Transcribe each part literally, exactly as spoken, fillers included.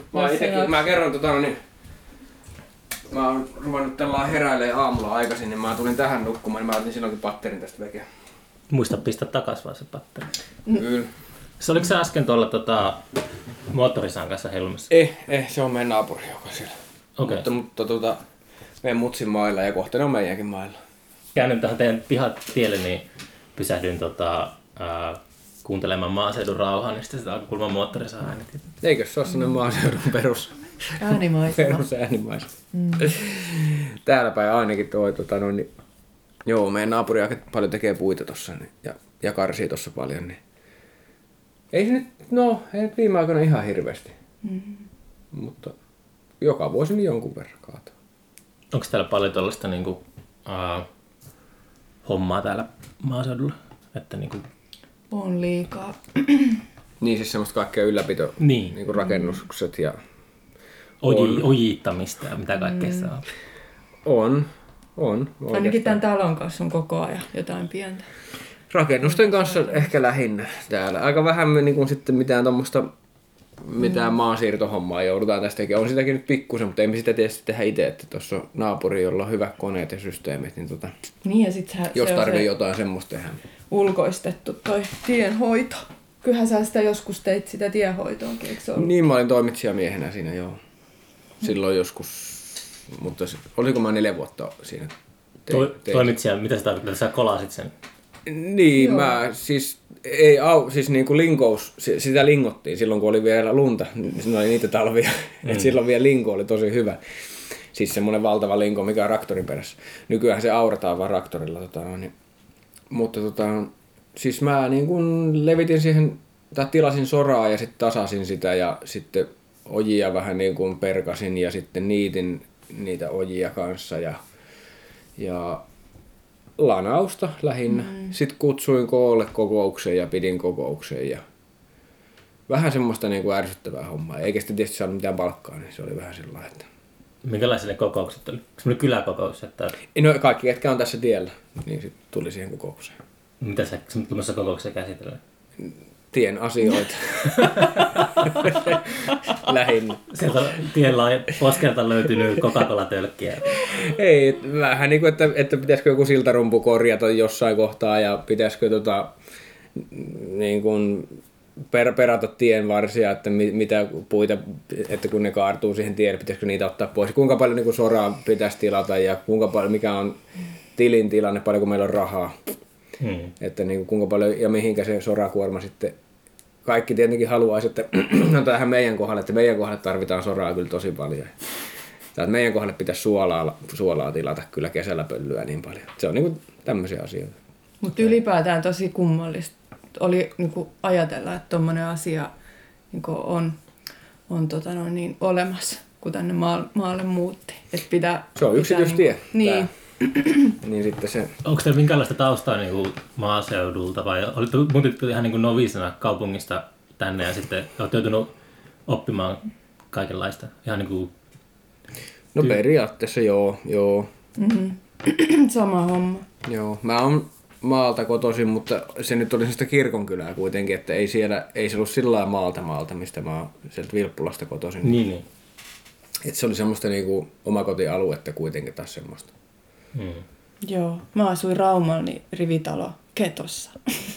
Mä, itekin, mä kerron tota niin... Mä oon ruvennut tällä heräilee aamulla aikaisin, niin mä tulin tähän nukkumaan, niin mä otin silloinkin patterin tästä vekeä. Muista pistää takas vaan se patteri. Kyllä. Se oliko se äsken tuolla tota, moottorisaan kanssa helmassa? Eh, eh, se on meidän naapuri, joka siellä. Okei. Mutta, mutta tota, meidän mutsin mailla ja kohta ne on meidänkin mailla. Käännyin tähän teidän pihatielle, niin pysähdyin tota, ää, kuuntelemaan maaseudun rauhaa, niin sitten sitä alkoi kuulemaan moottorisaa äänet. Eikö se ole sellainen maaseudun perus? Äänimaisema. Perus äänimaisema. Mm. Täällä päin ainakin toi, tota, no, niin, joo, meidän naapuri aika paljon tekee puita tossa niin, ja, ja karsii tossa paljon. Niin. Ei se nyt, no, ei nyt viime aikoina ihan hirveästi. Mm-hmm. Mutta joka vuosi niin jonkun verran kaataa. Onko täällä paljon tuollaista niinku, uh, hommaa täällä maaseudulla? Että, niinku... On liikaa. Niin siis semmoista kaikkea ylläpito, niin. Niinku rakennukset ja... Oji, ojittamista ja mitä kaikkea mm. saa. On, on. Ainakin tämän talon kanssa on koko ajan jotain pientä. Rakennusten kanssa ehkä lähinnä täällä. Aika vähän niin kuin sitten mitään tuommoista mitään mm. maansiirtohommaa joudutaan tästä tekemään. On sitäkin nyt pikkusen, mutta ei me sitä tietysti tehdä itse, että tuossa on naapuri, jolla on hyvät koneet ja systeemit, niin tota, niin ja sit se jos tarvii se jotain semmoista tehdä. Ulkoistettu toi tienhoito. Kyllähän sä sitä joskus teit sitä tienhoitoonkin, eikö se ollut? Niin, mä olin toimitsijamiehenä siinä, joo. Silloin mm. joskus, mutta se, oliko mä neljä vuotta siinä? Te, to, toimitsija, mitä se tarkoittaa, että sä kolasit sen? Niin, joo. Mä siis, ei, au, siis niin kuin linkous, sitä lingottiin silloin kun oli vielä lunta, niin oli niitä talvia, mm. että silloin vielä linko oli tosi hyvä. Siis semmoinen valtava linko, mikä on raktorin perässä. Nykyään se aurataan vaan raktorilla. Tota, niin. Mutta tota, siis mä niin kuin levitin siihen, tai tilasin soraa ja sitten tasasin sitä ja sitten ojia vähän niin kuin perkasin ja sitten niitin niitä ojia kanssa ja, ja lanausta lähinnä. Mm. Sitten kutsuin koolle kokoukseen ja pidin kokoukseen ja vähän semmoista niin kuin ärsyttävää hommaa. Eikä sitten tietysti saanut mitään palkkaa, niin se oli vähän sillä lailla. Minkälaisia ne kokoukset oli? Semmoinen kyläkokous? Että... No kaikki, ketkä on tässä tiellä, niin sitten tuli siihen kokoukseen. Mitä sä tuommoisessa kokouksessa käsitellä? Tien asioita. Lähinnä. Sieltä tien poskelta löytynyt Coca-Cola-tölkkiä. Ei, vähän niin kuin, että, että pitäisikö joku siltarumpu korjata jossain kohtaa ja pitäisikö tota, niin kuin per, perata tien varsia, että mit, mitä puita, että kun ne kaartuu siihen tielle, pitäisikö niitä ottaa pois. Kuinka paljon niin kuin soraa pitäisi tilata ja kuinka paljon, mikä on tilin tilanne, paljonko meillä on rahaa. Hmm. Että niin kuin kuinka paljon ja mihinkä se sorakuorma sitten, kaikki tietenkin haluaisi, että no tähän meidän kohdalle, että meidän kohdalle tarvitaan soraa kyllä tosi paljon. Tai että meidän kohdalle pitäisi suolaa, suolaa tilata kyllä kesällä pölyä niin paljon. Se on niin kuin tämmöisiä asioita. Mutta ylipäätään tosi kummallista oli niin kuin ajatella, että tommoinen asia niin kuin on, on tota noin, niin olemassa, kun tänne maalle muutti. Et pitää, se on yksityistie. Niin, niin. Niin sitten se... Onko teillä minkälaista taustaa niin kuin maaseudulta vai muutitte ihan niin kuin noviisena kaupungista tänne ja sitten olette joutunut oppimaan kaikenlaista? Ihan niin kuin... No periaatteessa joo, joo. Mm-hmm. Sama homma. Joo, mä oon maalta kotoisin, mutta se nyt oli sellaista kirkonkylää kuitenkin, että ei siellä, ei se ollut sillä lailla maalta maalta, mistä mä oon sieltä Vilppulasta kotoisin. Niin, niin. Että se oli semmoista niinku omakotialuetta kuitenkin taas semmoista. Hmm. Joo, mä asuin Raumalla, niin rivitalo Ketossa.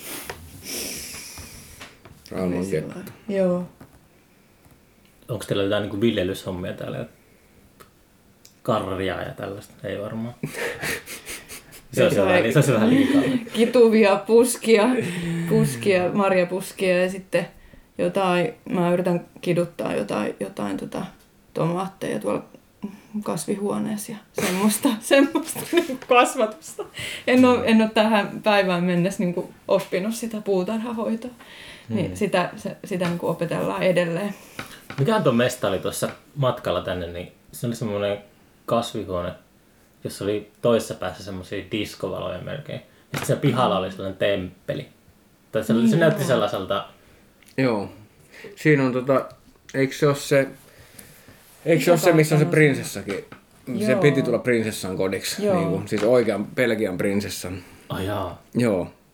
Rauman Ketto. Joo. Onko teillä jotain niin viljelyshommia täällä? Karjaa ja tällaista? Ei varmaan. Se on vähän, se on vähän liikaa. Kituvia puskia, puskia, marjapuskia ja sitten jotain, mä yritän kiduttaa jotain, jotain tota, tomaatteja tuolla kasvihuoneessa ja semmoista, semmoista niin kasvatusta. En ole, en ole tähän päivään mennessä niin kuin oppinut sitä puutarhahoitoa. Hmm. Niin sitä se, sitä niin kuin opetellaan edelleen. Mikähän tuo mesta oli tuossa matkalla tänne, niin se oli semmoinen kasvihuone, jossa oli toisessa päässä semmoisia diskovaloja melkein. Ja sitten siellä pihalla oli sellainen temppeli. Tai se, se näytti sellaiselta... Joo. Siinä on tota... Eikö se ole se... Eikö se ole se, missä on se prinsessakin? Joo. Se piti tulla prinsessan kodiksi. Niin kuin, siis oikean Belgian prinsessan. Ai jaa. Joo.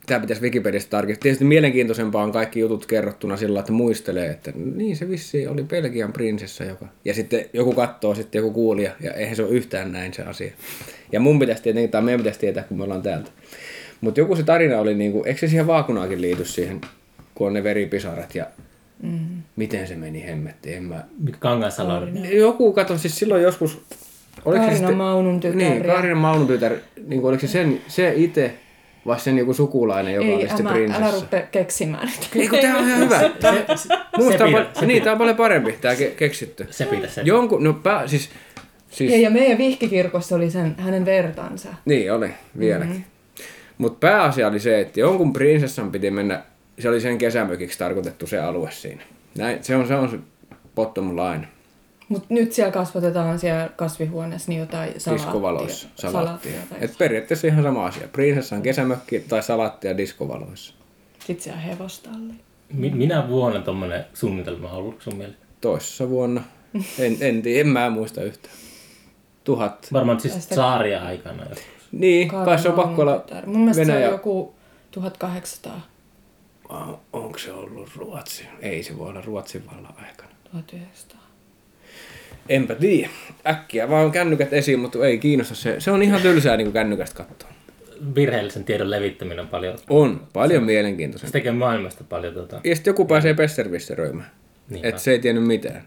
Tämä pitäisi Wikipediasta tarkistaa. Tietysti mielenkiintoisempaa on kaikki jutut kerrottuna sillä, että muistelee, että niin se vissiin oli Belgian prinsessa, joka... Ja sitten joku katsoo, sitten joku kuulija, ja eihän se ole yhtään näin se asia. Ja mun pitäisi tietenkin, tai meidän pitäisi tietää, kun me ollaan täältä. Mutta joku se tarina oli, niin kuin, eikö se siihen vaakunaakin liity siihen, kun on ne veripisarat ja mm. miten se meni hemmetti, en mä... Kangasalo. Joku, kato, siis silloin joskus... Kaarina Maunun tytär. Niin, Kaarina Maunun tytär, niin kuin, oliko se sen, se itse... Vai sen joku sukulainen, joka ei, oli sitten prinsessa? Älä rupea keksimään. Ei, kun tää on ihan hyvä. Tää, se, musta se on, pidä, niin, tää on paljon parempi, tää ke- keksitty. Se pitää se. Jonkun, no pää, siis... siis... Ja, ja meidän vihkikirkossa oli sen, hänen vertansa. Niin, oli, vieläkin. Mm-hmm. Mutta pääasia oli se, että jonkun prinsessan piti mennä, se oli sen kesämökiksi tarkoitettu se alue siinä. Näin, se on se, on se bottom line. Mutta nyt siellä kasvatetaan siellä kasvihuoneessa niin jotain salaattia. Diskovaloissa, salaattia. salaattia Et periaatteessa ihan sama asia. Prinsessan kesämökki tai salaattia diskovaloissa. Sitten siellä hevostalli. Mi- minä vuonna tommonen suunnitelma on ollut sun mielestä? Toissa vuonna. En, en tiedä, en mä muista yhtään. Tuhat. Varmaan siis Tästä... saaria aikana. Niin, kai se on pakko olla mun mielestä Venäjä... se on joku tuhatkahdeksansataa. Onko se ollut Ruotsi? Ei se voi olla Ruotsin vallan aikana. tuhatyhdeksänsataa. Enpä tiedä. Äkkiä vaan kännykät esiin, mutta ei kiinnosta se. Se on ihan tylsää niin kuin kännykästä katsoa. Virheellisen tiedon levittäminen on paljon. On, paljon mielenkiintoista. Se tekee maailmasta paljon tota... Ja sitten joku pääsee besservisseröimään. Niin että se ei tiennyt mitään.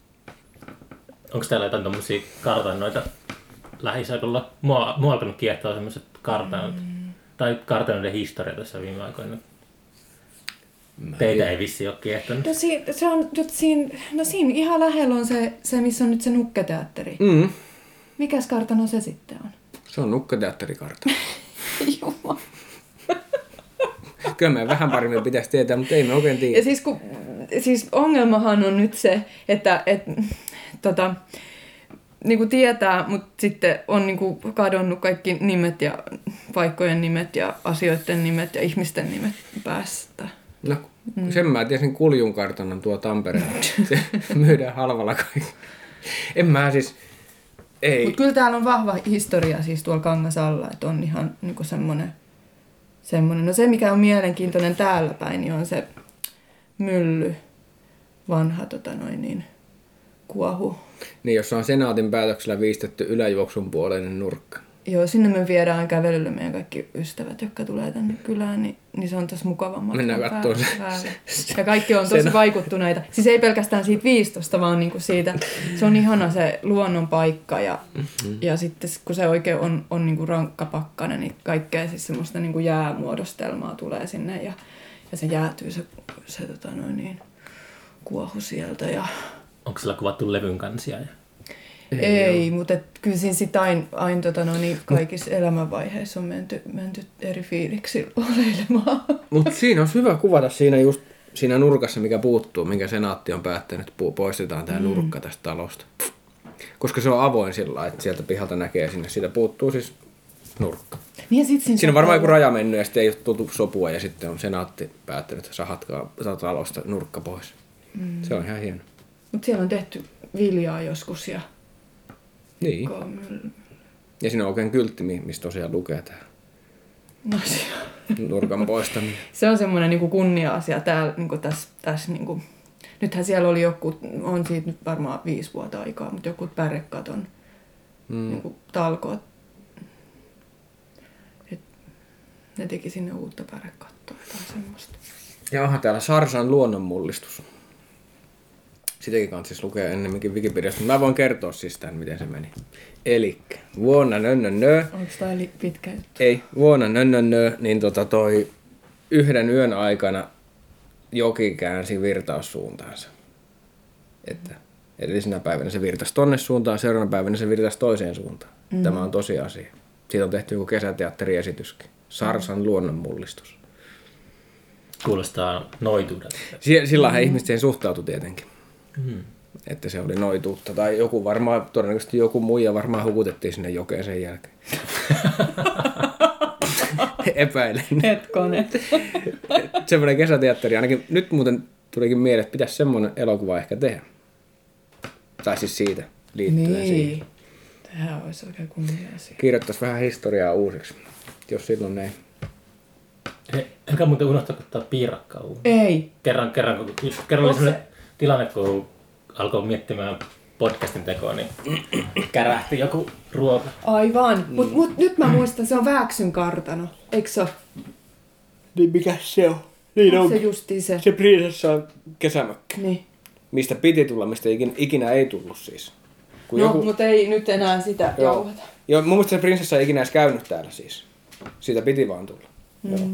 Onko täällä jotain tommosia kartanoita lähiseudulla? Mua, mua on alkanut kiehtoa semmoiset kartanot. Mm. Tai kartanoiden historia tässä viime aikoina. Mä Teitä ei vissi ole kiehtonut. No, si- se on, siinä, no siinä ihan lähellä on se, se, missä on nyt se nukketeatteri. Mm. Mikäs kartano se sitten on? Se on nukketeatterikartano. Jumala. Kyllä me vähän paremmin pitäisi tietää, mutta ei me oikein tiedä. Ja siis, kun, siis ongelmahan on nyt se, että et, tota, niinku tietää, mutta sitten on niinku kadonnut kaikki nimet ja paikkojen nimet ja asioiden nimet ja ihmisten nimet päästä. No, mm. sen mä tiesin Kuljun kartanon tuo Tampereella. Se myydään halvalla kaikki. En mä siis... Ei. Mutta kyllä täällä on vahva historia siis tuolla Kangasalla, että on ihan niinku semmoinen... semmoinen. No se, mikä on mielenkiintoinen täällä päin, niin on se mylly, vanha tota noin niin, kuohu. Niin, jossa on senaatin päätöksellä viistetty yläjuoksun puoleinen nurkka. Joo, sinne me viedään kävelylle meidän kaikki ystävät, jotka tulee tänne kylään, niin, niin se on tosi mukava matka. Mennään katsomaan se, se. Ja kaikki on tosi sen... vaikuttuneita. Siis ei pelkästään siitä viistosta, vaan niinku siitä, se on ihana se luonnon paikka ja, mm-hmm. ja sitten kun se oikein on, on niinku rankka pakkanen, niin kaikkea siis semmoista niinku jäämuodostelmaa tulee sinne ja, ja se jäätyy se, se tota noin niin, kuohu sieltä. Ja... Onko sillä kuvattu levyn kansia? Ja... Ei, ei mutta kyllä siinä sit aina ain, tota, no niin, kaikissa elämänvaiheissa on menty, menty eri fiiliksi oleilemaan. Mutta siinä on hyvä kuvata siinä just siinä nurkassa, mikä puuttuu, minkä senaatti on päättänyt, että poistetaan tämä mm. nurkka tästä talosta. Koska se on avoin sillä, että sieltä pihalta näkee sinne. Siitä puuttuu siis nurkka. Niin sit siinä siinä on varmaan joku raja mennyt ja sitten ei ole tultu sopua ja sitten on senaatti päättänyt, että sahatkaa talosta nurkka pois. Mm. Se on ihan hieno. Mutta siellä on tehty viljaa joskus ja... Niin. Ja siinä on oikein kyltti, mistä tosiaan lukee tämä no, nurkan poistaminen. Se on semmoinen niin kuin kunnia-asia täällä, niin kuin tässä, tässä niin kuin, nythän siellä oli joku, on siitä nyt varmaan viisi vuotta aikaa, mutta joku pärekaton mm. niin kuin talkoot. Et ne teki sinne uutta pärekattoa tai semmoista. Ja onhan täällä Sarsan luonnonmullistus. Sitäkin kannattaa siis lukea ennemminkin Wikipediasta. Mä voin kertoa siis tämän, miten se meni. Elikkä vuonna nönnönnö... Onko tämä pitkä juttu? Ei, vuonna nönnönnö, niin tota toi yhden yön aikana joki käänsi virtaussuuntaansa. Että edellisenä päivänä se virtasi tonne suuntaan, seuraavana päivänä se virtasi toiseen suuntaan. Mm. Tämä on tosi asia. Siitä on tehty joku kesäteatteriesityskin. Sarsan mm. luonnonmullistus. Kuulostaa noituudelta. Sillähän mm. ihmiset siihen suhtautui tietenkin. Mm. Että se oli noituutta. Tai joku varmaan, todennäköisesti joku muija varmaan hukutettiin sinne jokeen sen jälkeen. Epäilen. Hetkonen. Semmoinen kesäteatteri. Ainakin nyt muuten tulikin mieleen, että pitäisi semmoinen elokuva ehkä tehdä. Tai siis siitä liittyen niin. siihen. Tähän olisi oikein kunnia asia. Kirjoittaisi vähän historiaa uusiksi, jos silloin ei... He, enkä muuten unohtaa ottaa piirakkaa uuden. Ei. Kerran, kerran, kun, kerran oli Onks sellainen tilanne, kun alkoi miettimään podcastin tekoa, niin kärähti joku ruoka. Aivan. Mm. Mut, mut nyt mä muistan, se on Vääksyn kartano. Eikö se ole? Niin mikä se on? Niin on se justiin se. Se prinsessan kesämökki. Niin. Mistä piti tulla, mistä ikinä, ikinä ei tullut siis. Kun no, joku... mutta ei nyt enää sitä Joo. jauhata. Joo, mun mielestä se prinsessa ei ikinä edes käynyt täällä siis. Siitä piti vaan tulla. Mm. Joo.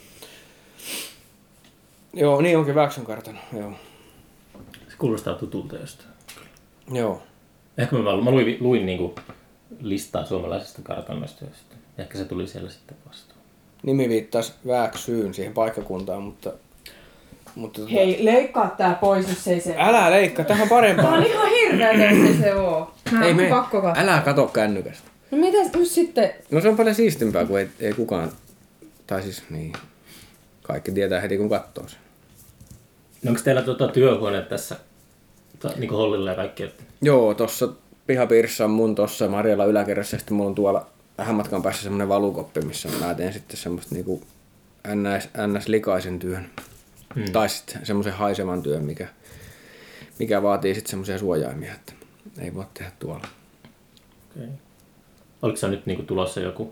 Joo, niin onkin Vääksyn kartano. Joo. Se kuulostaa tutulta jostain. Joo. Ehkä mä, mä luin, luin niinku listaa suomalaisista kartanoista ja sitten ehkä se tuli siellä sitten vastaan. Nimi viittasi Vääksyyn siihen paikkakuntaan, mutta... mutta tota... Hei, leikkaa tää pois, jos ei se... Älä leikkaa, tähän on parempaa. Tää on ihan hirveetä, jos ei se oo. Ei me, pakko katsoa. älä kato kännykästä. No mitäs nyt sitten? No se on paljon siistimpää, kun ei, ei kukaan... Tai siis niin... Kaikki tietää heti, kun katsoo sen. No onko teillä tuota työhuone tässä to, niin kuin hollilla ja kaikki? Että... Joo, tossa pihapiirissä on mun tossa Marjalla yläkerrassa ja sitten mulla on tuolla vähän matkan päässä semmonen valukoppi, missä mä teen sitten semmoista niinku ns, ns likaisen työn. Hmm. Tai sitten semmoisen haisevan työn, mikä, mikä vaatii sitten semmoisia suojaimia, että ei voi tehdä tuolla. Okay. Oliko se nyt niinku tulossa joku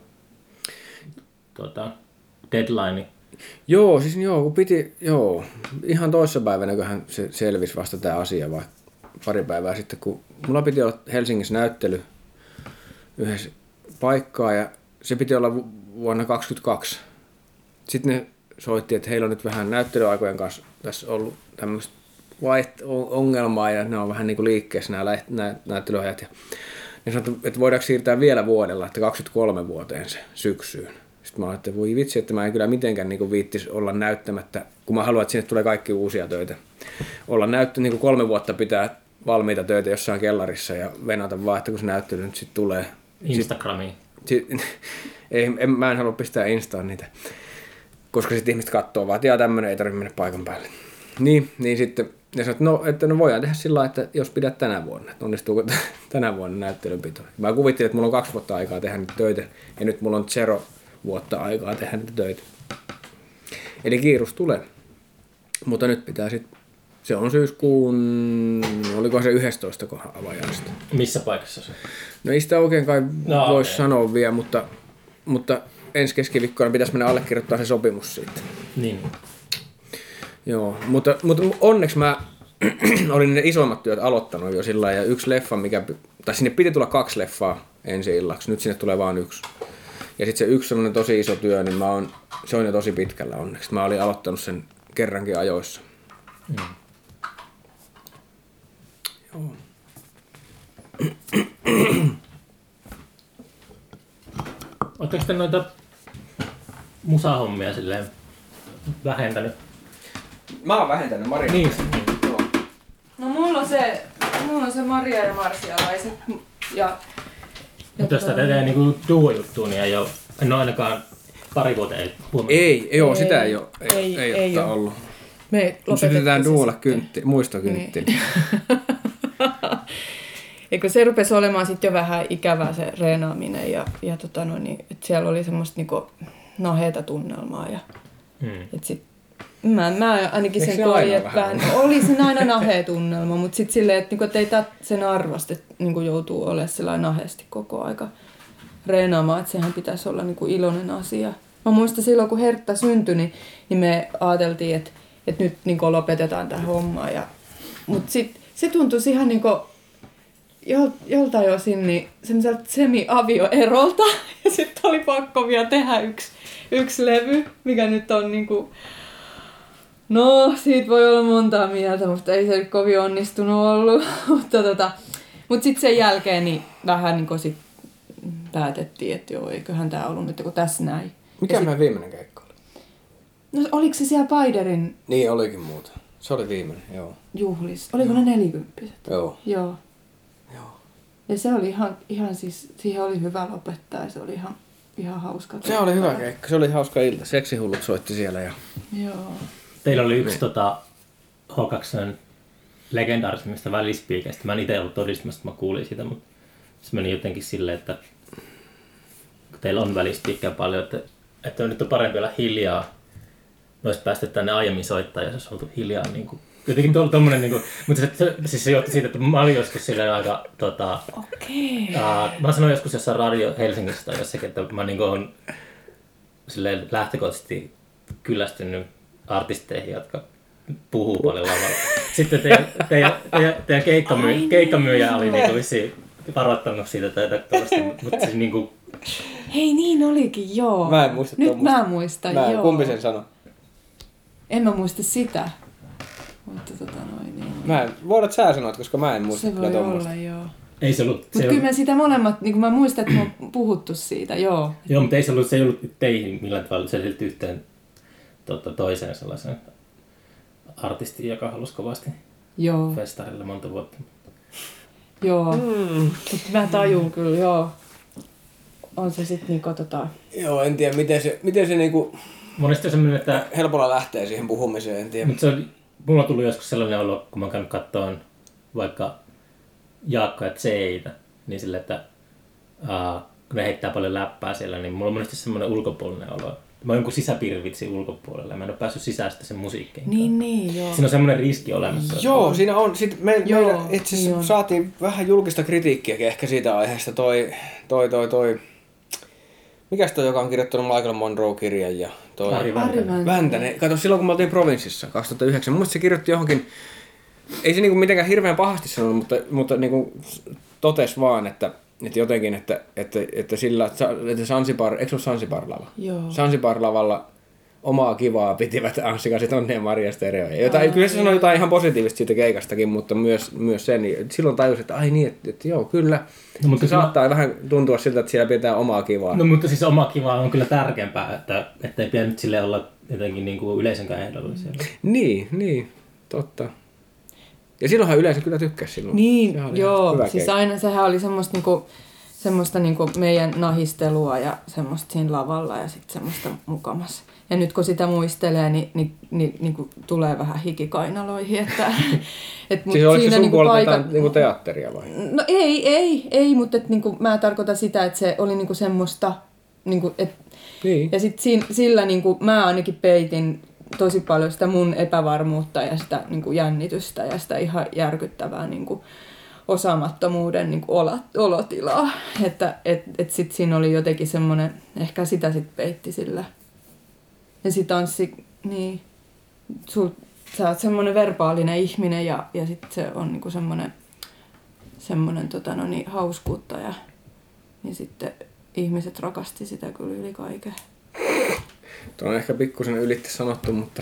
tuota, deadline? Joo, siis joo, kun piti, joo, ihan toissapäivänäköhän se selvisi vasta tää asia, vai pari päivää sitten, kun mulla piti olla Helsingissä näyttely yhdessä paikkaa ja se piti olla vuonna kaksikymmentäkaksi. Sitten ne soitti, että heillä on nyt vähän näyttelyaikojen kanssa tässä ollut tämmöistä ongelmaa ja ne on vähän niin kuin liikkeessä nämä nä- näyttelyajat. Ja ne sanoi, että voidaanko siirtää vielä vuodella, että kaksikymmentäkolme vuoteen se syksyyn. Sitten mä ajattelin, että voi vitsi, että mä en kyllä mitenkään niin viittisi olla näyttämättä, kun mä haluan, että sinne tulee kaikki uusia töitä. Olla näyttö, niin kuin kolme vuotta pitää valmiita töitä jossain kellarissa ja venata vaan, että kun se näyttely nyt sitten tulee. Instagramiin. Sit, sit, ei, en, mä en halua pistää Instaan niitä, koska sitten ihmiset katsoo vaan, että jaa, tämmöinen ei tarvitse mennä paikan päälle. Niin, niin sitten ne sanoo, että no, että no voidaan tehdä sillä lailla, että jos pidät tänä vuonna, että onnistuuko t- tänä vuonna näyttelynpito. Mä kuvittelin, että mulla on kaksi vuotta aikaa tehdä niitä töitä ja nyt mulla on zero vuotta aikaa tehdä niitä töitä. Eli kiirus tulee. Mutta nyt pitää sitten, se on syyskuun, oliko se yhdestoista kohan avajaista. Missä paikassa se? No ei sitä oikein kai no, voisi okay. sanoa vielä, mutta, mutta ensi keskiviikkona pitäisi mennä allekirjoittaa se sopimus siitä. Niin. Joo, mutta, mutta onneksi mä olin ne isommat työt aloittanut jo sillä ja yksi leffa, mikä, tai sinne piti tulla kaksi leffaa ensi illaksi, nyt sinne tulee vaan yksi. Ja sitten se yksi semmoinen tosi iso työ, niin mä oon, se on jo tosi pitkällä onneksi. Mä olin aloittanut sen kerrankin ajoissa. Mm. Joo. Oletteko te noita musahommia silleen vähentänyt? Mä oon vähentänyt, Maria. Niin. Joo. No mulla on se, mulla on se Maria ja Marsialaiset ja... Mutta jos tätä tehdään niinku duo-juttua, niin ei ole, en ole ainakaan pari vuotta ei huomannut. Ei, joo, ei, sitä ei ole, ei, ei, ei, ei ole ole ollut. Me lopetettiin duolla kyntti, muistokyntti. Niin. Eikö se rupesi olemaan sitten jo vähän ikävää se reenaaminen ja, ja tota no, niin, että siellä oli semmoista niinku naheeta tunnelmaa. Ja, hmm. et sit, mä, mä ainakin Eikö sen se koin, että vähän vähän, oli se aina nahea tunnelma, mutta sitten silleen, että niinku, et ei tää sen arvosta, että niinku joutuu olemaan sellainen naheesti koko aika reenaamaan, että sehän pitäisi olla niinku iloinen asia. Mä muistan silloin, kun Hertta syntyi, niin, niin me ajateltiin, että, että nyt niinku lopetetaan tämä homma. Ja, mutta sitten se tuntuisi ihan niinku jol, joltain osin niin semmoiselta semi-avioerolta. Ja sitten oli pakko vielä tehdä yksi, yksi levy, mikä nyt on niinku... No, siitä voi olla montaa mieltä, mutta ei se nyt kovin onnistunut ollut. mutta tota, mut sitten sen jälkeen niin vähän niin sit päätettiin, että joo, eiköhän tämä ollut nyt kun tässä näin. Mikä meidän viimeinen keikka oli? No oliko se siellä Paiderin Niin, olikin muuta. Se oli viimeinen, joo. juhlis? Oliko ne nelikymppiset? Joo. Joo. Joo. Ja se oli ihan, ihan siis, siihen oli hyvä lopettaa ja se oli ihan, ihan hauska. Se oli hyvä keikka, se oli hauska ilta. Seksihullut soitti siellä ja... Joo. Teillä oli yksi tota, H kaksi legendaarisimmista välispiikeistä. Mä en itse ollut todistamassa, että mä kuulin sitä, mutta se meni jotenkin silleen, että kun teillä on välispiikkejä paljon, että, että nyt on parempi olla hiljaa me olisi päästy tänne aiemmin soittaa, jos olisi oltu hiljaa. Niin kuin, jotenkin tuolla tommonen, niin kuin, mutta se, se, siis se johti siitä, että mä olin joskus silleen aika, tota, Okei. uh, mä sanoin joskus jossain Radio Helsingissä tai jossakin, että mä niin kuin, on silleen lähtökohtaisesti kyllästynyt artisteihin, jotka puhuu paljon lavalla. Sitten teidän, teidän, teidän, teidän keikkamyy, keikkamyyjä oli niin kuin vissiin varoittanut siitä tai tällaista, mutta siis niin kuin... Hei, niin olikin, joo. Mä en muista Nyt tuommoista. mä muistan, Mä, joo. kumpi sen sano? En mä muista sitä. Mutta tota noin, niin. Mä en, voidat sä sanoa, koska mä en muista Se kyllä voi tuommoista. olla, joo. Ei se ollut... Mutta kyllä me sitä molemmat, niin mä muistan, että me on puhuttu siitä, joo. Joo, mutta ei se ollut, se ei ollut teihin millään tavalla, se liittyi yhteen to, toiseen sellaiseen artistiin, joka halusi kovasti Joo, festarille monta vuotta. joo. Mm. Mut mä tajun kyllä, joo. On se sit niinku tota... Joo, en tiedä miten se, miten se niinku Monesti on semmoinen, että... helpolla lähtee siihen puhumiseen, en tiedä. Mutta se oli, mulla on tullut joskus sellainen olo, kun mä oon käynyt katsomaan vaikka Jaakko ja Tseitä, niin sille, että uh, kun ne heittää paljon läppää siellä, niin mulla on monesti semmoinen ulkopuolinen olo. Mä oon jonkun sisäpirvitsi ulkopuolella ja mä en ole päässyt sisään sitten sen musiikkiin. Niin, niin, joo. Siinä on semmoinen riski olemassa. Joo, on. Siinä on. Sitten me, Joo, meillä itse asiassa niin saatiin vähän julkista kritiikkiäkin ehkä siitä aiheesta. Toi, toi, toi, toi. Mikäs toi, joka on kirjoittanut Michael Monroe-kirjan ja toi... Ari Väntänen. Väntänen. Kato, silloin kun me oltiin Provinssissa kaksituhattayhdeksän, mun mielestä se kirjoitti johonkin... Ei se niinku mitenkään hirveän pahasti sanonut, mutta, mutta niinku totes vaan, että, että jotenkin, että, että, että sillä, että Sansibar, eikö se ole Sansibar-lava? Joo. Sansibar-lavalla omaa kivaa pitivät Anssi Tonne ja Maria Stereo. Jotain, kyllä se sanoi jotain ihan positiivista siitä keikastakin, mutta myös, myös sen. Silloin tajusin, että ai niin, että, että joo, kyllä. No, mutta se saattaa vähän tuntua siltä, että siellä pitää omaa kivaa. No mutta siis oma kiva on kyllä tärkeämpää, että, että ei pidä nyt sille olla jotenkin niin kuin yleisönkään ehdollisia. Niin, niin, totta. Ja silloinhan yleisö kyllä tykkäsi silloin. Niin, se joo. Siis aina sehän oli semmoista, niinku, semmoista niinku meidän nahistelua ja semmoista siinä lavalla ja sitten semmoista mukamassa. Ja nyt kun sitä muistelee, niin, niin, niin, niin kuin tulee vähän hikikainaloihin. Että, et, siis oliko se sun niinku puolelta paika... niinku teatteria vai? No ei, ei, ei, mutta et, niinku, mä tarkoitan sitä, että se oli niinku semmoista... Niinku, et, niin. Ja sitten sillä niinku, mä ainakin peitin tosi paljon sitä mun epävarmuutta ja sitä niinku, jännitystä ja sitä ihan järkyttävää niinku, osaamattomuuden niinku, olotilaa. Että et, et sit siinä oli jotenkin semmoinen, ehkä sitä sit peitti sillä. Ja sit Anssi, niin, sul, sä oot semmoinen verbaalinen ihminen ja, ja sit se on niinku semmoinen, semmoinen tota, no niin, hauskuutta ja niin sitten ihmiset rakasti sitä kyllä yli kaiken. Tuo on ehkä pikkusen ylitte sanottu, mutta...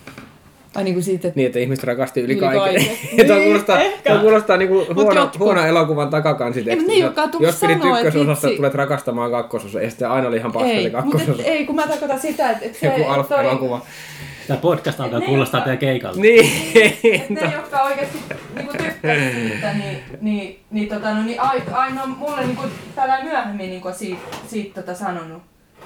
Ai niin kuin siitä, että... Niin, että ihmiset rakasti yli, yli kaiken. kaiken. Tuo kuulostaa, tuo kuulostaa niinku huono, jotkut... huono elokuvan takakansiteksti. Ei, mutta ne, jos pidit sanoa, ykkösosasta, vitsi... tulet rakastamaan kakkososa. Ja sitten aina oli ihan paska se kakkososa. Mutta ei, kun mä tarkoitan sitä, että... että joku se, Alf-elokuva. Tämä podcast alkaa kuulostaa teidän keikalta. Niin. Ne, jotka oikeasti niinku tykkäsivät siitä, niin, niin, niin, tota, no, niin aina mulle niinku, tällä myöhemmin niinku, siitä, siitä tota, sanonut,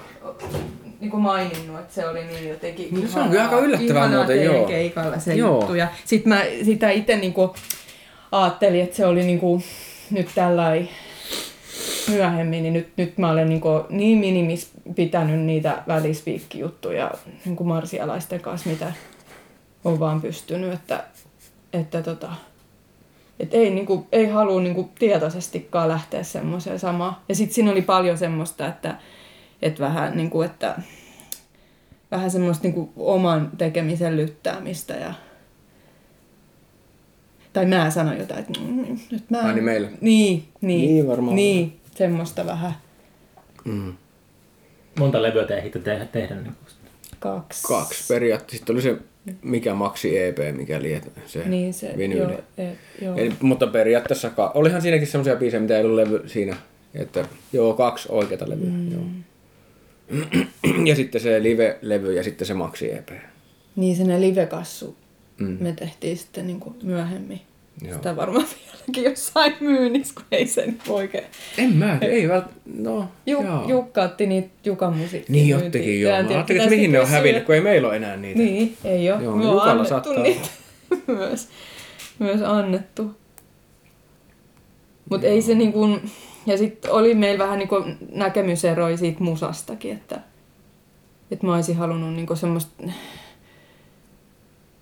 niinku maininnut, että se oli niin jotenkin No, ihanaa, se on kyllä aika yllättävää muuten, joo. keikalla se Joo. juttu. Ja sit mä sitä itse niinku ajattelin, että se oli niinku, nyt tällainen myöhemmin, niin nyt, nyt mä olen niinku niin minimis pitänyt niitä välispiikkijuttuja niinku marsialaisten kanssa, mitä on vaan pystynyt, että, että tota, et ei, niinku, ei halua niinku tietoisestikaan lähteä semmoiseen samaan. Ja sitten siinä oli paljon semmoista, että, että vähän, niinku, että, vähän semmoista niinku oman tekemisen lyttäämistä. Ja, tai mä sanoin jotain, että mm, nyt mä... Ai niin meillä. Niin, niin, Niin varmaan. niin semmoista vähän. Mm. Monta levyä te ehditte tehdä, tehdä niin Kaksi. Kaksi periaatteessa. Sitten oli se mikä Maxi E P, mikä liet, se, niin se vinyyli. joo, et, joo. Eli, mutta periaatteessa ka- olihan siinäkin semmoisia biisejä, mitä ei ollut levy siinä. Että joo, kaksi oikeata levyä. Mm. Joo. Ja sitten se live-levy ja sitten se Maxi E P. Niin se live-kassu Mm. me tehtiin sitten niin kuin myöhemmin. Joo. Sitä varmaan vieläkin jossain myynnissä, kun ei se nyt oikein. En mä, ei välttämättä, no Ju, joo. Jukka otti niitä Jukan musiikkia. Niin ottikin joo. Mä ajattelin, että mihin ne on hävinnyt, kun ei meillä ole enää niitä. Niin, ei ole. Joo, Me on Jukalla annettu saattaa niitä myös, myös annettu. Mutta ei se niin kuin, ja sitten oli meillä vähän niin kuin näkemyseroja siitä musastakin, että, että mä olisin halunnut niin kuin semmoista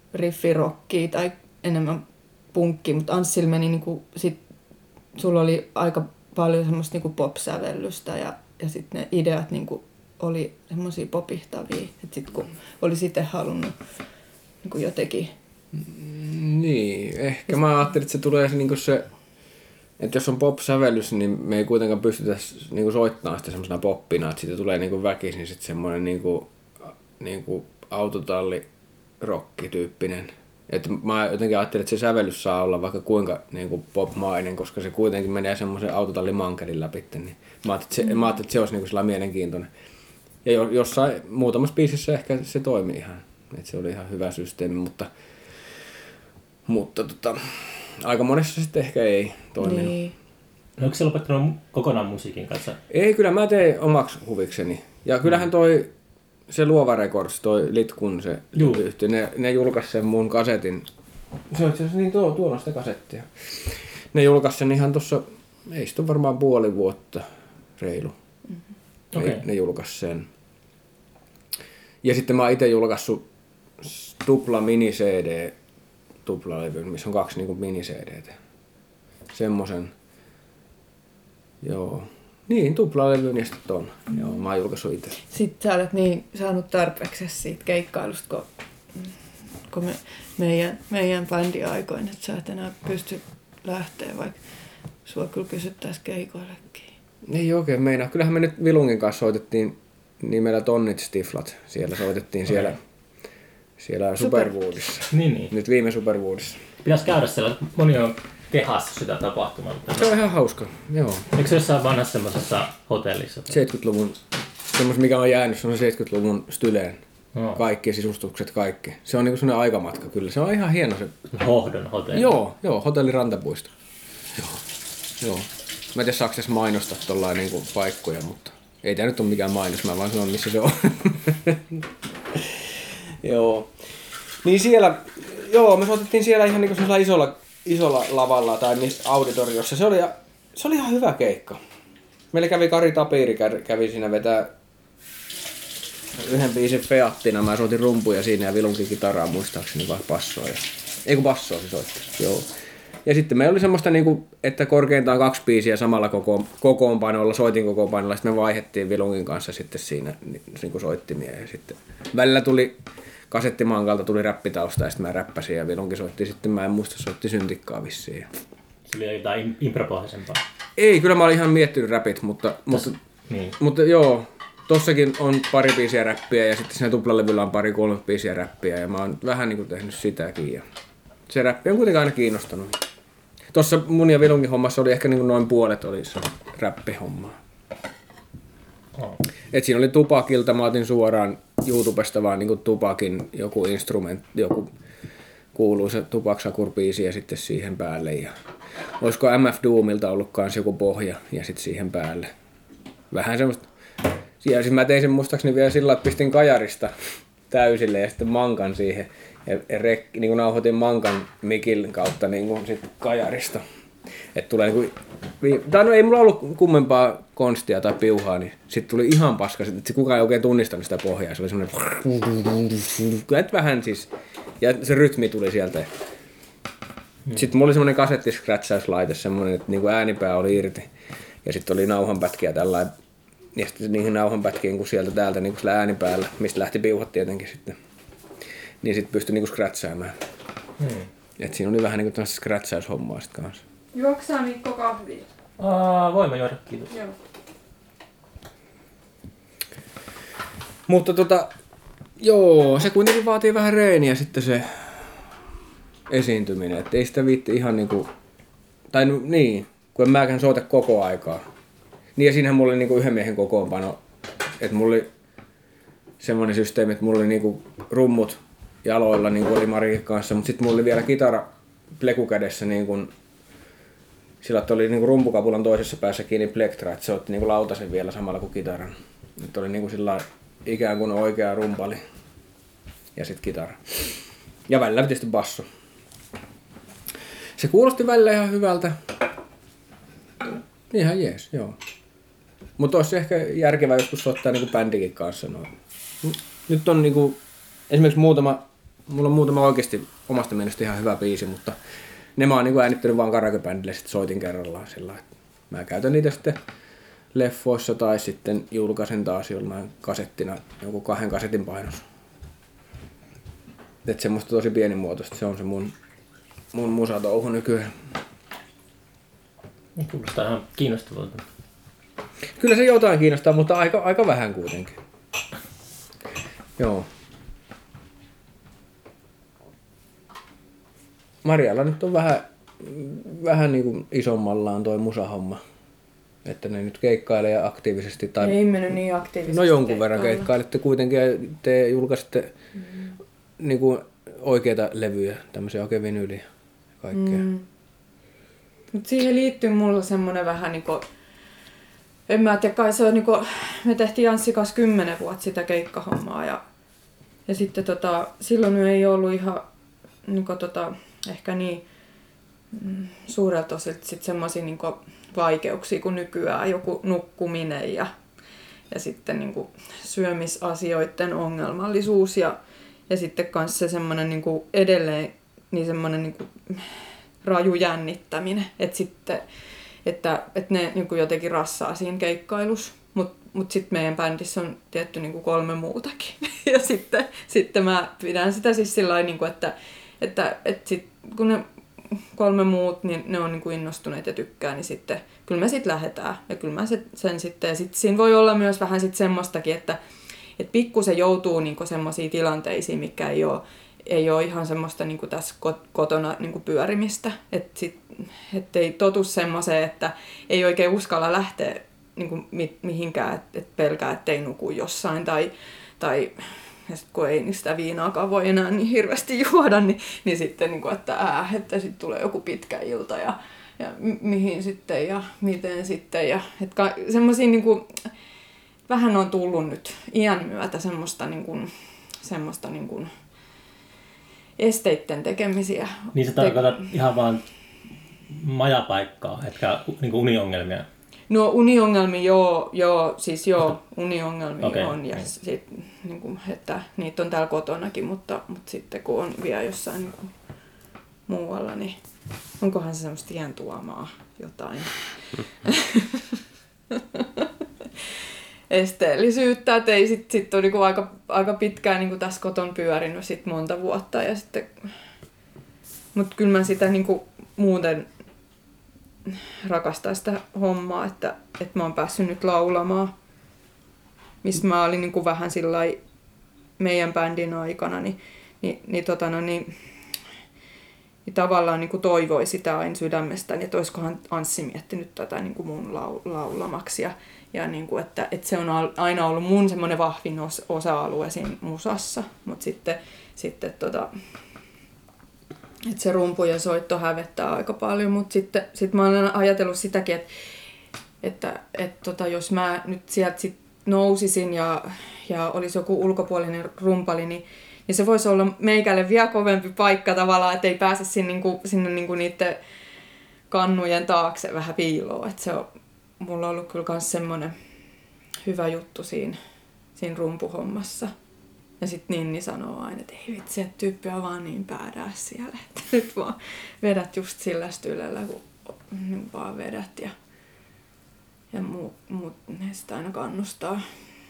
riffirockia tai enemmän punkki, mutta Anssilla meni niinku sit sulla oli aika paljon semmoista niinku pop-sävellystä ja ja sitten ne ideat niinku oli semmoisia popihtavia, että sitten kun olisi itse halunnut niinku jotenkin. Niin, ehkä mä ajattelin, että se tulee se niinku se, että jos on pop-sävellys, niin me ei kuitenkaan pystytä niinku soittamaan sitä semmoisena poppina, että siitä tulee niinku väkisin sitten semmoinen niinku niinku autotalli rock-tyyppinen. Että mä jotenkin ajattelin, että se sävellys saa olla vaikka kuinka niinku pop-mainen, koska se kuitenkin menee semmoisen autotallimankelin läpi. Niin mä ajattelin, että se, mm. mä ajattelin, että se olisi niinku sellainen mielenkiintoinen. Ja jossain muutamassa biisissä ehkä se toimi ihan. Että se oli ihan hyvä systeemi, mutta, mutta tota, aika monessa sitten ehkä ei toiminut. Niin. No, onko se lopettanut kokonaan musiikin kanssa? Ei, kyllä mä tein omaksi huvikseni. Ja kyllähän toi se Luova Records, toi Litkun se yhtiö, ne, ne julkaisi sen mun kasetin. Se on itse asiassa niin tuo, tuolla sitä kasettia. Ne julkaisi sen ihan tuossa, ei sitä ole varmaan puoli vuotta reilu. Mm-hmm. Okay. Ne julkaisi sen. Ja sitten mä oon itse julkaissut tupla mini-C D, tuplalevy, missä on kaksi niinku mini-C D:tä. Semmosen. Joo. Niin, tuplalevyn ja sitten ton. Mm. Joo, mä oon julkaissut itse. Sitten sä olet niin saanut tarpeeksi siitä keikkailusta, kun, kun me, meidän, meidän bändiaikoina, että sä et enää pysty lähteä, vaikka sua kyllä kysyttäisiin keikoillekin. Ei oikein meinaa. Kyllähän me nyt Vilungin kanssa soitettiin nimellä Tonnit Stiflat. Siellä soitettiin okay. siellä, siellä Superwoodissa. Niin, niin. Nyt viime Superwoodissa. Pitäisi käydä siellä, moni on kehassa sitä tapahtumaa. Se on ihan hauska, joo. Eikö se jossain vanhassa semmoisessa hotellissa? seitsemänkymmentäluvun, semmos mikä on jäänyt, se on seitsemänkymmentäluvun Styleen. Oh. Kaikki sisustukset, kaikki. Se on niinku semmoinen aikamatka kyllä. Se on ihan hieno se. Hohdon hotelli. Joo, joo, hotelli Rantapuisto. Joo, joo. Mä en tiedä saako tässä mainostaa tollain niinku paikkoja, mutta ei tää nyt ole mikään mainos, mä vaan sanon missä se on. Joo. Niin siellä, joo, me soitettiin siellä ihan niinku sellaisella isolla, isolla lavalla tai auditoriossa. Se oli, se oli ihan hyvä keikka. Meillä kävi Kari Tapiri, kävi siinä vetää yhden biisin Feattina. Mä soitin rumpuja siinä ja Vilunkin kitaraa muistaakseni vai bassoa. Ja... Ei kun bassoa se soitti, joo. Ja sitten meillä oli semmoista, niinku, että korkeintaan kaksi biisiä samalla koko, kokoonpanolla, soitin kokoonpanolla. Sitten me vaihdettiin Vilungin kanssa sitten siinä niin soittimia. Ja sitten välillä tuli kasettimankalta tuli räppitausta ja sitten mä räppäsin ja Vilunkin soitti. Sitten mä en muista, soitti syntikkaa vissiin. Se oli jotain impropohjaisempaa? Ei, kyllä mä olin ihan miettinyt räpit, mutta, mutta, niin. mutta joo. Tossakin on pari biisiä räppiä ja sitten siinä tuplalevyllä on pari kolme biisiä räppiä ja mä oon vähän niinku tehnyt sitäkin. Ja se räppi on kuitenkin aina kiinnostanut. Tuossa mun ja Vilunkin hommassa oli ehkä niinku noin puolet oli se räppihommaa. Oh. Et siinä oli Tupakilta, mä otin suoraan YouTubesta vaan niinku Tupakin joku instrument, joku kuuluisa Tupac Shakur-biisi ja sitten siihen päälle. Ja olisiko M F Doomilta ollut kans joku pohja ja sitten siihen päälle. Vähän semmoista. Ja siis mä tein sen muistaakseni vielä sillä, että pistin kajarista täysille ja sitten mankan siihen. Ja rek, niin kuin nauhoitin mankan mikin kautta niin kuin sit kajarista. Et tulee niin kuin, tai no ei mulla ollut kummempaa konstia tai piuhaa, niin sit tuli ihan paska, että kukaan ei oikein tunnistanut sitä pohjaa. Se oli semmoinen, et vähän siis, ja se rytmi tuli sieltä. Sitten mulla oli semmoinen kasettiskrätsäyslaite, semmoinen, että niin kuin äänipää oli irti. Ja sitten oli nauhanpätkiä tällainen. Ja sitten niihin nauhanpätkiin, kun sieltä täältä niin sillä äänipäällä, mistä lähti piuhat tietenkin sitten, niin sitten pystyi niin skrätsäämään. Hmm. Et siinä oli vähän niin kuin tämmöistä skrätsäyshommaa sitten kanssa. Juoksaa Mikko kahvia? Aa, voimme juoda, kiitos. Joo. Mutta tota, joo, se kuitenkin vaatii vähän reeniä sitten se esiintyminen. Että ei sitä viitti ihan niinku, tai niin, kun en mäkään soita koko aikaa. Niin ja siinähän mulla oli niinku yhden miehen kokoonpano, että mulla oli semmoinen systeemi, että mulla oli niinku rummut jaloilla, niin kuin oli Marikin kanssa, mutta sitten mulla oli vielä kitara plekukädessä, niin kuin, sillä oli niinku rumpukapulan toisessa päässä kiinni plektra, että se otti niinku lautasen vielä samalla kuin kitaran. Että oli niinku sillä ikään kuin oikea rumpali ja sitten kitara. Ja välillä tietysti basso. Se kuulosti välillä ihan hyvältä. Ihan jees, joo. Mutta olisi ehkä järkevää joskus soittaa niinku bändikin kanssa. No. Nyt on niinku, esimerkiksi muutama mulla on muutama oikeasti omasta mielestä ihan hyvä biisi, mutta ne mä oon niin äänittänyt vaan karaokebändille, sitten soitin kerrallaan sillä lailla. Mä käytän niitä sitten leffoissa tai sitten julkaisen taas jollain kasettina, joku kahden kasetin painos. Että semmoista tosi pienimuotoista, se on se mun, mun musatouhu nykyään. Kuulostaa ihan kiinnostavalta. Kyllä se jotain kiinnostaa, mutta aika, aika vähän kuitenkin. Joo. Marjalla nyt on vähän, vähän niin kuin isommallaan toi musahomma. Että ne nyt keikkailee aktiivisesti. Tai... Ei mennyt niin aktiivisesti. No jonkun verran keikkailette kuitenkin ja te julkaisitte mm. niin kuin oikeita levyjä, tämmöisiä oikein vinyliä ja kaikkea. Mm. Mut siihen liittyy mulla semmonen vähän niinku, en mä tiedä, kai se on niinku, me tehtiin Janssi kanssa kymmenen vuotta sitä keikkahommaa ja, ja sitten tota, silloin ei ollut ihan niinku tota, ehkä niin mm, suurelta osilta sit semmosia niinku vaikeuksia kuin nykyään, joku nukkuminen ja, ja sitten niinku syömisasioiden ongelmallisuus ja, ja sitten kans se semmonen niinku edelleen niin semmonen niinku raju jännittäminen, että sitten että, että ne niin kuin jotenkin rassaa siinä keikkailussa, mutta mut sitten meidän bändissä on tietty niin kuin kolme muutakin ja sitten, sitten mä pidän sitä siis sillain, niin kuin, että, että, että sit, kun ne kolme muut, niin ne on niin kuin innostuneet ja tykkää, niin sitten kyllä me sitten lähdetään ja kyllä mä sen, sen sitten, ja sitten siinä voi olla myös vähän sitten semmoistakin, että, että pikkusen joutuu niin kuin semmoisiin tilanteisiin, mikä ei ole ei ole ihan semmoista niin kuin tässä kotona niin kuin pyörimistä. Että et ei totu semmoiseen, että ei oikein uskalla lähteä niin kuin mi- mihinkään, että et pelkää, ettei nuku jossain. Tai, tai ja sit kun ei sitä viinaakaan voi enää niin hirveästi juoda, niin, niin sitten, niin kuin, että, ää, että sitten tulee joku pitkä ilta ja, ja mi- mihin sitten ja miten sitten. Ja, että semmoisia niin kuin, vähän on tullut nyt iän myötä semmoista, niin kuin, semmoista niin kuin, esteitten tekemisiä. Niin se tarkoittaa ihan vaan majapaikkaa, etkä niinku uniongelmia? No uniongelmia joo, joo siis joo, uniongelmia okay, on ja okay. sit, niinku, että niitä on täällä kotonakin, mutta, mutta sitten kun on vielä jossain niinku, muualla, niin onkohan se semmoista iän tuomaa jotain esteellisyyttä, että ei sit, sit on niinku aika, aika pitkään niinku tässä koton pyörinyt sit monta vuotta ja sitten, mut kyllä mä sitä niinku muuten rakastan sitä hommaa, että, että mä oon päässyt nyt laulamaan, missä mä olin niinku vähän sillai meidän bändin aikana, niin, niin, niin, tota no, niin, niin tavallaan niinku toivoi sitä aina sydämestään, että olisikohan Anssi miettinyt tätä niinku mun laulamaksi ja Ja niin kuin, että, että se on aina ollut mun semmoinen vahvin osa-alue siinä musassa, mutta sitten, sitten tota, että se rumpu ja soitto hävettää aika paljon, mutta sitten sit mä olen ajatellut sitäkin, että, että, että tota, jos mä nyt sieltä sit nousisin ja, ja olisi joku ulkopuolinen rumpali, niin, niin se voisi olla meikälle vielä kovempi paikka tavallaan, että ei pääse sinne, niin kuin, sinne niin kuin niiden kannujen taakse vähän piiloon, että se on mulla on ollut kyllä myös semmoinen hyvä juttu siinä, siinä rumpuhommassa. Ja sitten Ninni sanoo aina, että ei vitsi, että tyyppi on vaan niin badass siellä, että nyt vaan vedät just sillä stylellä, kun niin vaan vedät. Ja, ja muut, muut ne sitä aina kannustaa.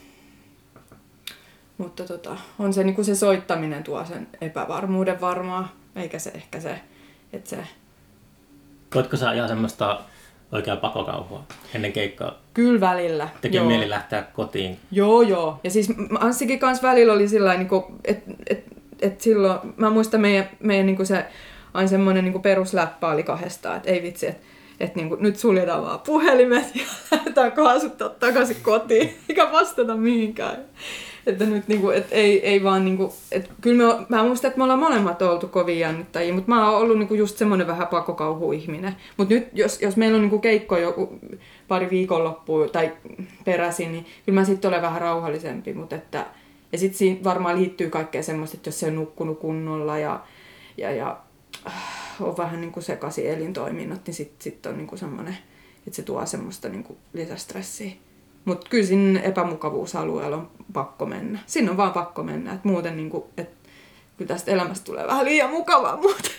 Mutta tota, on se, niin kuin se soittaminen tuo sen epävarmuuden varmaan, eikä se ehkä se, että se... Voitko sä ihan semmoista oikeaa pakokauhua ennen keikkaa? Kyllä välillä. Tekee mieli lähteä kotiin. Joo, joo. Ja siis Anssikin kanssa välillä oli sillain, että et, et silloin, mä muistan meidän, meidän niinku se, aina semmoinen niinku perusläppä oli kahdestaan, että ei vitsi, että et niinku, nyt suljetaan vaan puhelimet ja lähdetään kaasuttaa takaisin kotiin, eikä vastata mihinkään. Että nyt niinku, et ei, ei vaan niinku, et kyllä me, mä muistan, että me ollaan molemmat oltu kovin jännittäjiä, mutta mä oon ollut niinku just semmoinen vähän pakokauhu-ihminen. Mutta nyt jos, jos meillä on niinku keikko joku pari viikonloppua tai peräisin, niin kyllä mä sitten olen vähän rauhallisempi. Mutta että, ja sitten siinä varmaan liittyy kaikkea semmoista, että jos se on nukkunut kunnolla ja, ja, ja äh, on vähän niinku sekaisin elintoiminnot, niin sitten sit on niinku semmoinen, että se tuo semmoista niinku lisästressiä. Mutta kyllä sinne epämukavuusalueella on pakko mennä. Sinne on vaan pakko mennä. Et muuten niinku, et kyllä tästä elämästä tulee vähän liian mukavaa muuten.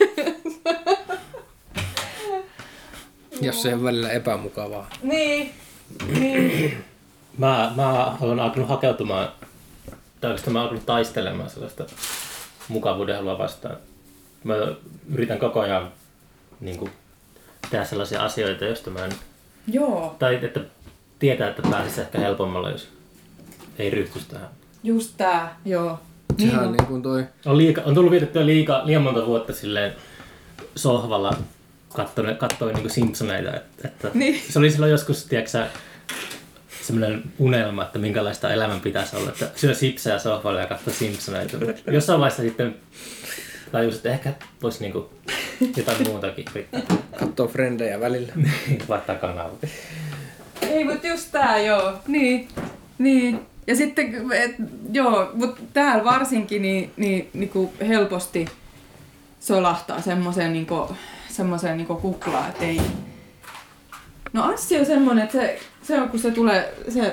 Jos se on välillä epämukavaa. Niin. niin. Mä, mä olen alkanut hakeutumaan, tai oikeastaan mä olen alkanut taistelemaan sellaista mukavuuden halua vastaan. Mä yritän koko ajan niin kuin, tehdä sellaisia asioita, joista mä en... Joo. Tai että tietää, että pääsisi ehkä helpommalla, jos ei ryhtyisi tähän. Just tää, joo. Sehän Niin niin kuin toi... On, liika, on tullut vietettyä liikaa, liian monta vuotta silleen sohvalla katsoin, katsoin niin Simpsoneita. Että, että Niin. Se oli silloin joskus, tiedätkö semmoinen unelma, että minkälaista elämän pitäisi olla. Että syö sipsejä sohvalla ja katsoo Simpsoneita. Jossain vaiheessa sitten tajus, että ehkä voisi niinku jotain muutakin yrittää. Kattoo frendejä välillä. Vaihtaa kanavaa. Ei, mutta just tää, joo. Niin, niin. Ja sitten, et, joo, mutta täällä varsinkin niin, niin, niinku helposti solahtaa semmoiseen niinku, semmoiseen niinku kuklaan, että ei... No Anssi on semmonen, että se, se on kun se tulee, se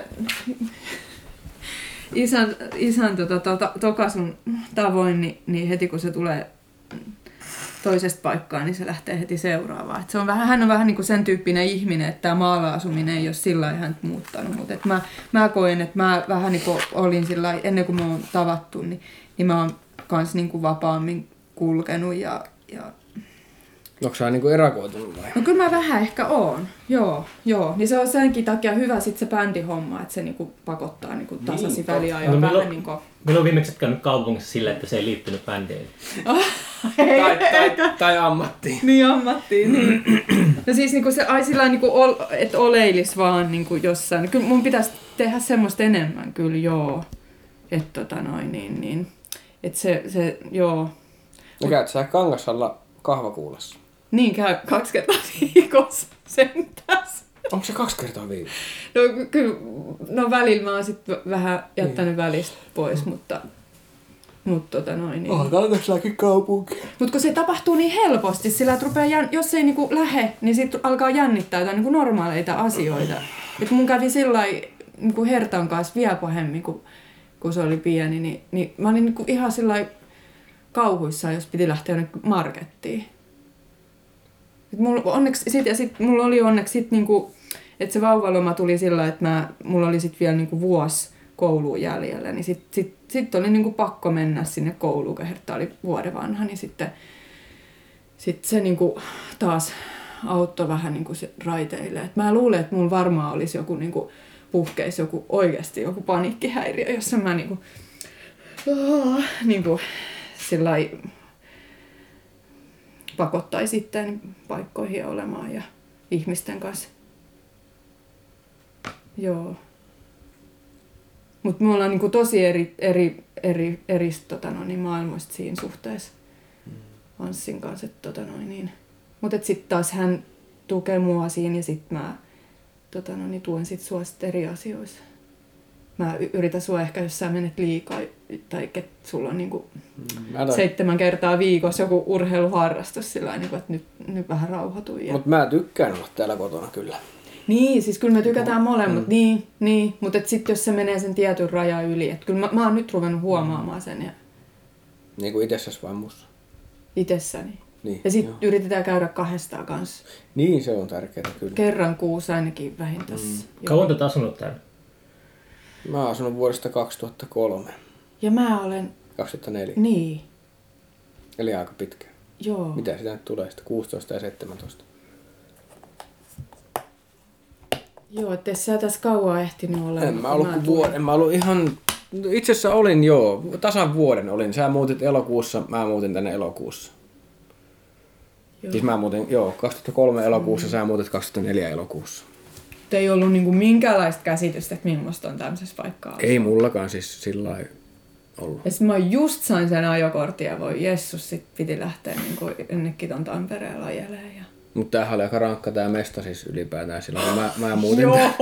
isän, isän tota, to, to, tokasun tavoin, niin, niin heti kun se tulee toisesta paikkaa, niin se lähtee heti seuraavaan. Et se on vähän, hän on vähän niin kuin sen tyyppinen ihminen, että tämä maalla-asuminen ei ole sillä lailla häntä muuttanut. Mutta mä, mä koen, että mä vähän niin kuin olin sillä lailla, ennen kuin me on tavattu, niin, niin mä oon kans niin kuin vapaammin kulkenut. Ja, ja... Onko sä niinku erakoitunut vai? No kyllä mä vähän ehkä oon, joo. joo. Niin se on senkin takia hyvä sit se bändihomma, että se niinku pakottaa niinku tasaisin Niin, väliajoin no, vähän milloin, niinku... milloin viimeksi et käynyt kaupungissa silleen, että se ei liittynyt bändiin? tai, tai, tai ammattiin. Niin ammattiin, niin. No siis niinku se, ai sillä niinku, ol, että oleilis vaan niinku jossain. Kyllä mun pitäisi tehdä semmoista enemmän kyllä, joo. Että tota noin, niin, niin. Että se, se, joo. No käyt sä Kangassalla kahvakuulassa? Niin käy kaksi kertaa viikossa sentäs. Onko se kaksi kertaa viikossa? No kyllä, no välillä mä oon sit vähän jättänyt niin. välistä pois, mutta... Mutta tota noin niin. On Kangassakin kaupunki. Mut kun se tapahtuu niin helposti, sillä että rupeaa, jän, jos ei niinku lähe, niin sit alkaa jännittää jotain niinku normaaleita asioita. Et mun kävi sillai niinku Hertan kanssa vielä pahemmin, kun, kun se oli pieni, niin, niin mä olin niinku ihan sillai kauhuissaan, jos piti lähteä jonnekin markettiin. Et mulla, onneksi, sit, ja sit mulla oli onneksi sit niinku, että se vauvaloma tuli sillä, että mä, mulla oli sit vielä niinku vuosi kouluun jäljellä, niin sitten sit, sit oli niinku pakko mennä sinne kouluun, kun Hertta oli vuoden vanha, niin sitten sit se niinku taas auttoi vähän niinku se raiteille. Et mä luulen, että mulla varmaan olisi joku niinku puhkeisi joku oikeasti joku paniikkihäiriö, jossa mä niinku, oh, niinku sillai pakottaisi sitten paikkoihin olemaan ja ihmisten kanssa. Joo. Mutta me ollaan niinku tosi eri, eri, eri, eri tota no, niin maailmoista siinä suhteessa Anssin kanssa. Tota no, niin. Mutta sitten taas hän tukee mua siinä ja sitten mä tota no, niin tuen sit sua sit eri asioissa. Mä yritän sua ehkä, jos sä menet liikaa tai että sulla on niinku mm, seitsemän kertaa viikossa joku urheiluharrastus sillä niinku, että nyt, nyt vähän rauhoitui. Ja... Mutta mä tykkään olla täällä kotona kyllä. Niin, siis kyllä me tykätään molemmat, mm. niin, niin. Mutta sitten jos se menee sen tietyn rajan yli, että kyllä mä, mä oon nyt ruvennut huomaamaan sen. Ja... Niin kuin itsessäsi vai musta? Itsessäni. Niin, ja sitten yritetään käydä kahdestaan kanssa. Niin, se on tärkeää kyllä. Kerran kuussa ainakin vähintään. Mm. Kauan olet asunut täällä? Mä oon asunut vuodesta kaksituhattakolme. Ja mä olen... kaksituhattaneljä. Niin. Eli aika pitkä. Joo. Mitä sitä nyt tulee sitten? kuusitoista ja seitsemäntoista. Joo, ettei sä tässä kauan ehtinyt olla. En mä ollut kuin vuoden. En mä ollut ihan... Itse asiassa olin joo. Tasan vuoden olin. Sä muutit elokuussa, mä muutin tänne elokuussa. Joo. Siis mä muutin, joo, kaksituhattakolme elokuussa, mm. sä muutit kaksituhattaneljä elokuussa. Ei ollut niinku minkäänlaista käsitystä, että millaista on tämmöisessä paikkaa. Ei mullakaan siis sillä lailla ollut. Ja sit mä just sain sen ajokortin ja voi jessus, sit piti lähteä niinku jonnekin ton Tampereen lajeleen. Ja... Mutta tämähän oli aika rankka tää mesta siis ylipäätään silloin, kun mä, mä muutin.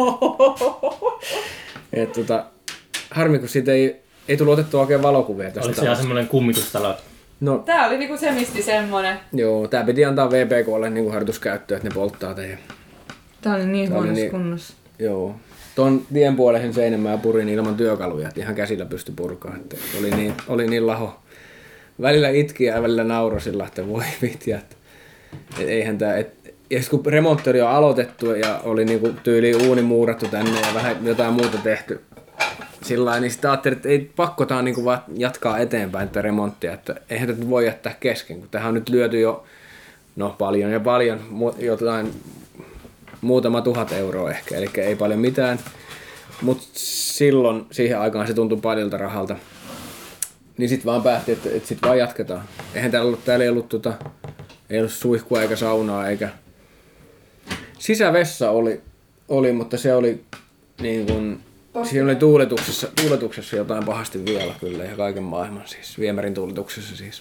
Et tota, harmi kun siitä ei, ei tullut otettua oikein valokuvia tästä. Oliko se ihan semmonen kummitustalo? No, tää oli niinku semisti semmonen. Joo, tää piti antaa V P K:lle niinku harjoituskäyttöön, että ne polttaa teidän. Tää oli niin huonossa niin, kunnossa. Joo. Ton tien puoleisen seinän mä purin ilman työkaluja, että ihan käsillä pystyi purkaa. Että oli, niin, oli niin laho, välillä itki ja välillä nauroi sillä, että voi vitja, että et eihän tää, et, ja sit kun remontti oli jo aloitettu ja oli niinku tyyli uuni muurattu tänne ja vähän jotain muuta tehty sillä lailla, niin sitten ajattelin, että ei pakko tää niinku vaan jatkaa eteenpäin tätä remonttia, että eihän tätä voi jättää kesken, kun tähän on nyt lyöty jo no paljon ja paljon, jotain muutama tuhat euroa ehkä, eli ei paljon mitään, mutta silloin siihen aikaan se tuntui paljolta rahalta. Niin sit vaan päätti, että, että sit vaan jatketaan. Eihän täällä ollut, täällä ei ollut, tota, ei ollut suihkua eikä saunaa eikä... Sisävessa oli, oli mutta se oli niin kuin... Siinä oli tuuletuksessa, tuuletuksessa jotain pahasti vielä kyllä ja kaiken maailman siis. Viemärin tuuletuksessa siis.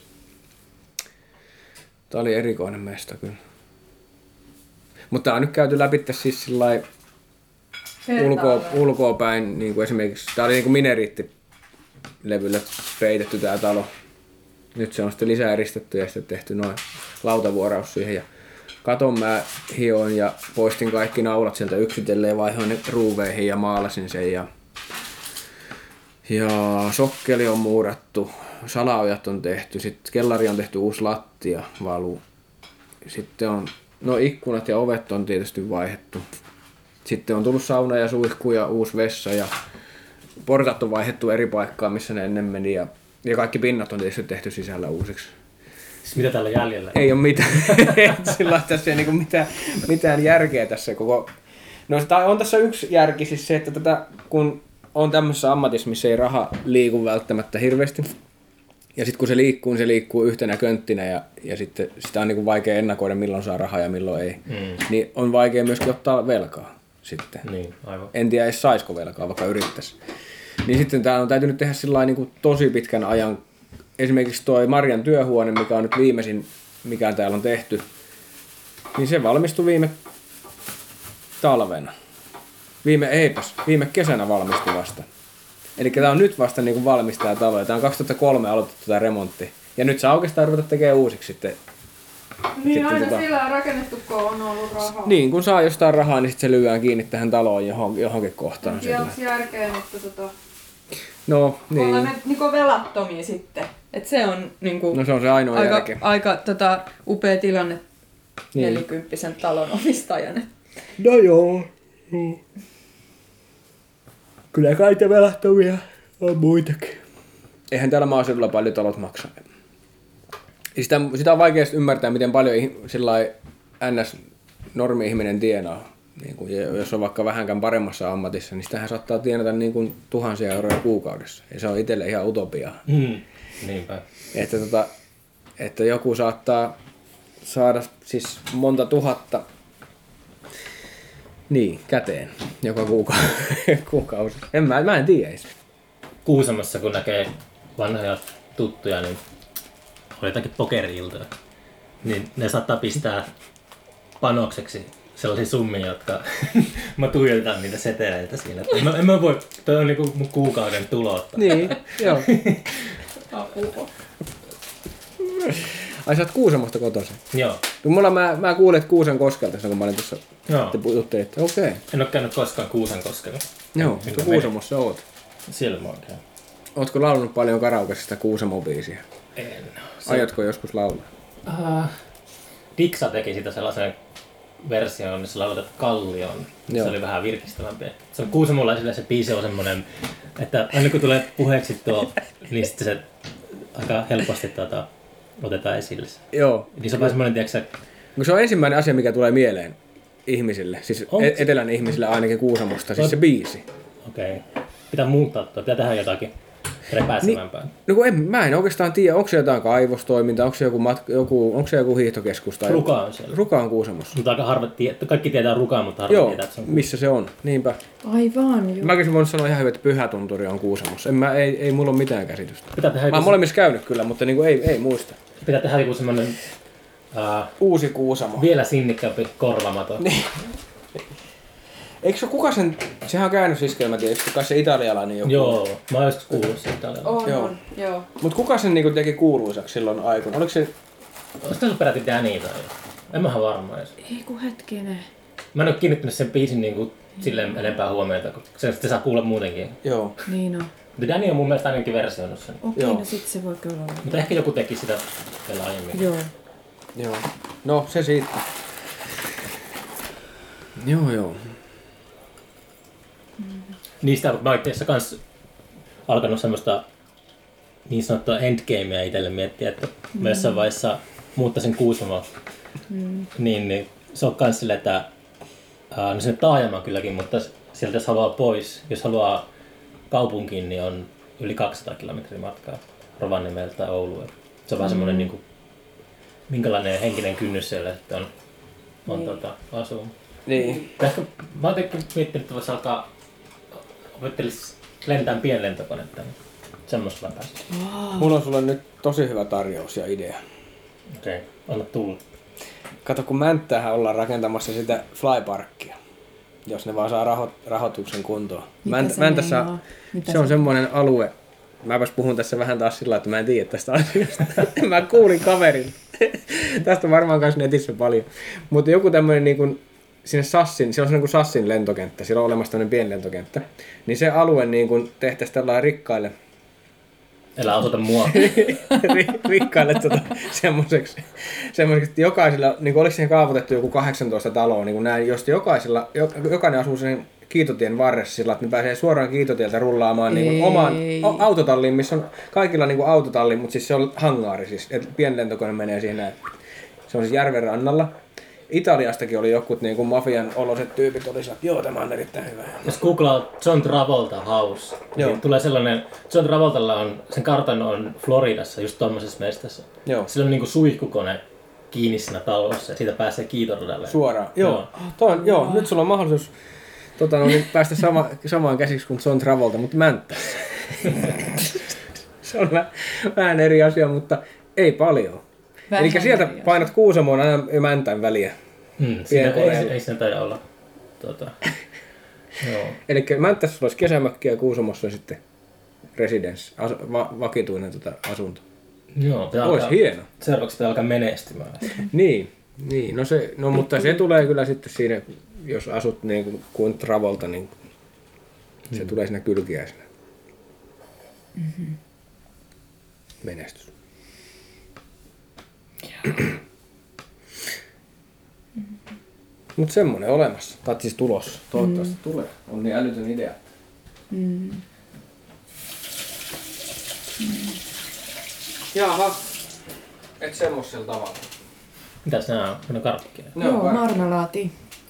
Tää oli erikoinen mesta kyllä. Mutta tää on nyt käyty läpi siis sillai ulkoa, ulkoa päin, niin kuin esimerkiksi... Tää oli niin kuin mineriittilevylle peitetty tää talo. Nyt se on sitten lisää eristetty ja sitten tehty noin lautavuoraus siihen. Ja katon mä hioin ja poistin kaikki naulat sieltä yksitellen ja vaihoin ne ruuveihin ja maalasin sen. Ja, ja sokkeli on muurattu, salaojat on tehty, sitten kellari on tehty uusi lattia, valu. Sitten on, no ikkunat ja ovet on tietysti vaihdettu. Sitten on tullut sauna ja suihku ja uusi vessa ja portat on vaihdettu eri paikkaan, missä ne ennen meni. Ja, ja kaikki pinnat on tietysti tehty sisällä uusiksi. Siis mitä täällä jäljellä? Ei ole mitään. Sillä tässä ei niinku mitään, mitään järkeä tässä koko... No on tässä yksi järki siis se, että tätä, kun on tämmöisessä ammatissa, missä ei raha liiku välttämättä hirveästi. Ja sitten kun se liikkuu, niin se liikkuu yhtenä könttinä ja, ja sitten sitä on niinku vaikea ennakoida, milloin saa rahaa ja milloin ei. Mm. Niin on vaikea myöskin ottaa velkaa sitten. Niin, aivan. En tiedä edes saisiko velkaa, vaikka yrittäisi. Niin sitten tää on täytynyt tehdä sillä niinku tosi pitkän ajan. Esimerkiksi toi Marjan työhuone, mikä on nyt viimeisin, mikä täällä on tehty, niin se valmistui viime talvena. Viime, eipäs, viime kesänä valmistui vasta. Eli tää on nyt vasta niin kuin valmis tää talo. Tää on kaksituhattakolme aloitettu tää remontti. Ja nyt saa oikeastaan ruveta tekemään uusiksi sitten. Niin sitten aina tota... sillä rakennettu, kun on ollut rahaa. Niin, kun saa jostain rahaa, niin sitten se lyödään kiinni tähän taloon johon, johonkin kohtaan. Ja onko järkeä, että tota... No, niin. Ollaan me niinku velattomia sitten. Et se on niinku... No se on se ainoa aika, järke. aika tota, upea tilanne niin. nelikymppisen talon omistajan. No joo. Mm. Kyllä kai te velattomia on muitakin. Eihän täällä maaseudulla paljon talot maksaa. Sitä, sitä on vaikea ymmärtää, miten paljon sillai N S-normi-ihminen tienaa. Niin kun, jos on vaikka vähänkään paremmassa ammatissa, niin sitähän saattaa tienata niin kuin tuhansia euroja kuukaudessa. Ja se on itselle ihan utopiaa. Mm. Niinpä. Että, tota, että joku saattaa saada siis monta tuhatta niin, käteen joka kuukausi. kuukausi. En mä, mä en tiedä. Kuusamossa kun näkee vanhoja tuttuja, niin oli jotakin pokeri-iltoja. Niin ne saattaa pistää panokseksi sellaisia summia, jotka mä tuijotan niitä seteleitä siinä. En mä, en mä voi, toi on niinku mun kuukauden tulot. Niin, joo. Apua. Ai sä oot Kuusamosta kotoisin? Joo. No, mulla mä, mä kuulin, että Kuusan koskelta, kun mä olin tuossa, te juttelitte. Okei. Okay. En oo käynyt koskaan Kuusankoskella. Joo, mutta Kuusamossa oot. Siellä mä oon käynyt. Ootko laulunut paljon karaokesista Kuusamo-biisiä? En. Se... Aiotko joskus laulaa? Uh, Diksa teki sitä sellaisen version, missä lauletat Kallion. Se oli vähän virkistävämpi. Se on kuusamolaisille se biisi on semmonen, että aina kun tulee puheeksi tuo, niin sitten se aika helposti tuota, otetaan esille. Joo. Niin se on vähän semmonen, tiiäksä... Se on ensimmäinen asia, mikä tulee mieleen ihmisille, siis on... etelän ihmisille ainakin Kuusamosta, siis on... se biisi. Okei. Okay. Pitää muuttaa tuo, pitää tehdä jotakin repäisevämpää. Niin, no kun en, mä en oikeastaan tiedä, onko se jotain kaivostoimintaa, onko se joku, matk- joku, onko se joku hiihtokeskus tai... Ruka on siellä. Ruka on Kuusamossa. Mutta aika harvat tie- kaikki tietää Rukaa, mutta harvat Joo, tietää, että se on Kuusamossa. missä se on, niinpä. Aivan, joo. Mäkin voin sanoa ihan hyvin, että Pyhätunturi on Kuusamossa. En mä, ei, ei mulla ole mitään käsitystä. Pitää tehdä mä oon joku... molemmissa käynyt kyllä, mutta niinku ei, ei muista. Pitää tehdä joku semmonen... Uh, Uusi Kuusamo. Vielä sinnikkäämpi korvamato. Niin. Eikö se kuka sen, sehän on käynyt iskelmätieteeksi, kai se italialainen joku. Joo, mä oon joskus kuullut sen italialainen. On, joo. on, joo. Mut kuka sen niinku teki kuuluisaksi silloin aikoina? Oliko se... Olis se ollut peräti Danny tai... En mä ihan varma edes. Ei kun hetkinen. Mä en ole kiinnittänyt sen biisin niinku silleen enempää huomiota, kun sen sitten saa kuulla muutenkin. Joo. Niin on. Mutta Danny on mun mielestä ainakin versioinut sen. Okei, Joo. no sit se voi kyllä olla. Mutta ehkä joku teki sitä vielä aiemmin. Joo. Joo. No, se siitä. Joo, joo. Niistä mä oon itse kans alkanut semmoista niin sanottua endgamea itselle miettiä, että mm. mä jossain vaiheessa muuttaisin Kuusamoon. Mm. Niin, niin se on kans silleen, että ää, no sinne taajamaan kylläkin, mutta sieltä jos haluaa pois, jos haluaa kaupunkiin, niin on yli kaksisataa kilometriä matkaa Rovaniemeltä tai Ouluun. Se on mm. vähän semmoinen niin kuin, minkälainen henkinen kynnys siellä, että on, on niin. tota, asuu. Niin. Ehkä, mä oon miettinyt, että voisi alkaa opettelis lentää pienlentokonetta, niin semmoista mä pääsin. Wow. Mulla on sulle nyt tosi hyvä tarjous ja idea. Okei, okay. Anna tulla. Kato, kun Mänttäähän ollaan rakentamassa sitä flyparkkia, jos ne vaan saa raho- rahoituksen kuntoon. Mänt- Mäntässä se, se on semmoinen alue, mäpäs puhun tässä vähän taas sillä, että mä en tiedä tästä asiasta. Mä kuulin kaverin. Tästä on varmaan myös netissä paljon. Mutta joku tämmöinen niin kuin sinne Sassin, siellä on niin kuin Sassin lentokenttä, siellä on olemassa tämmöinen pieni lentokenttä. Niin se alue niin kuin tehtäisiin tällainen rikkaille Elä osoita mua. rikkaille tota, semmoiseksi, semmoiseksi, että jokaisella, niin kuin oliko siihen kaavoitettu joku kahdeksantoista taloa, niin kuin näin, josta jokaisella, jokainen asuu sen Kiitotien varressa sillä, että ne pääsee suoraan Kiitotieltä rullaamaan niin kuin omaan autotalliin, missä on kaikilla niin kuin autotalli, mutta siis se on hangaari, siis, että pienlentokone menee siihen näin. Se on siis järven rannalla. Italiastakin oli jokut niin kuin mafian oloiset tyypit, oli että joo, tämä on erittäin hyvä. Jos googlaa John Travolta House, niin tulee sellainen, John Travoltalla on, sen kartan on Floridassa, just tuommoisessa mestassa. Joo. Sillä on niinku suihkukone kiinni siinä talossa ja siitä pääsee Kiitoradalle. Suoraan, joo. Joo. Toi, joo, nyt sulla on mahdollisuus tota, no, niin päästä sama, samaan käsiksi kuin John Travolta, mutta Mänttässä. Se on vähän, vähän eri asia, mutta ei paljon. Eli sieltä painat Kuusamoon aina Mäntän väliä. Hmm, siinä ei, ei siinä taida olla. Tuota. Eli Mäntässä olisi kesämökki ja Kuusamossa sitten residence, asu, va, vakituinen tota, asunto. Joo, olisi hieno. Seuraavaksi pitää alkaa menestymään. niin, niin no se, no, mutta se tulee kyllä sitten siinä, jos asut niin kuin Travolta, niin se hmm. tulee siinä kylkiäisenä. Mm-hmm. Menestys. Mutta semmonen olemassa. Tai siis tulossa. Toivottavasti mm. tulee. On niin älytön idea. Mm. Mm. Jaha. Et semmosella tavalla. Mitäs nää on? Ne on karkkia? No, joo, marmelaatia.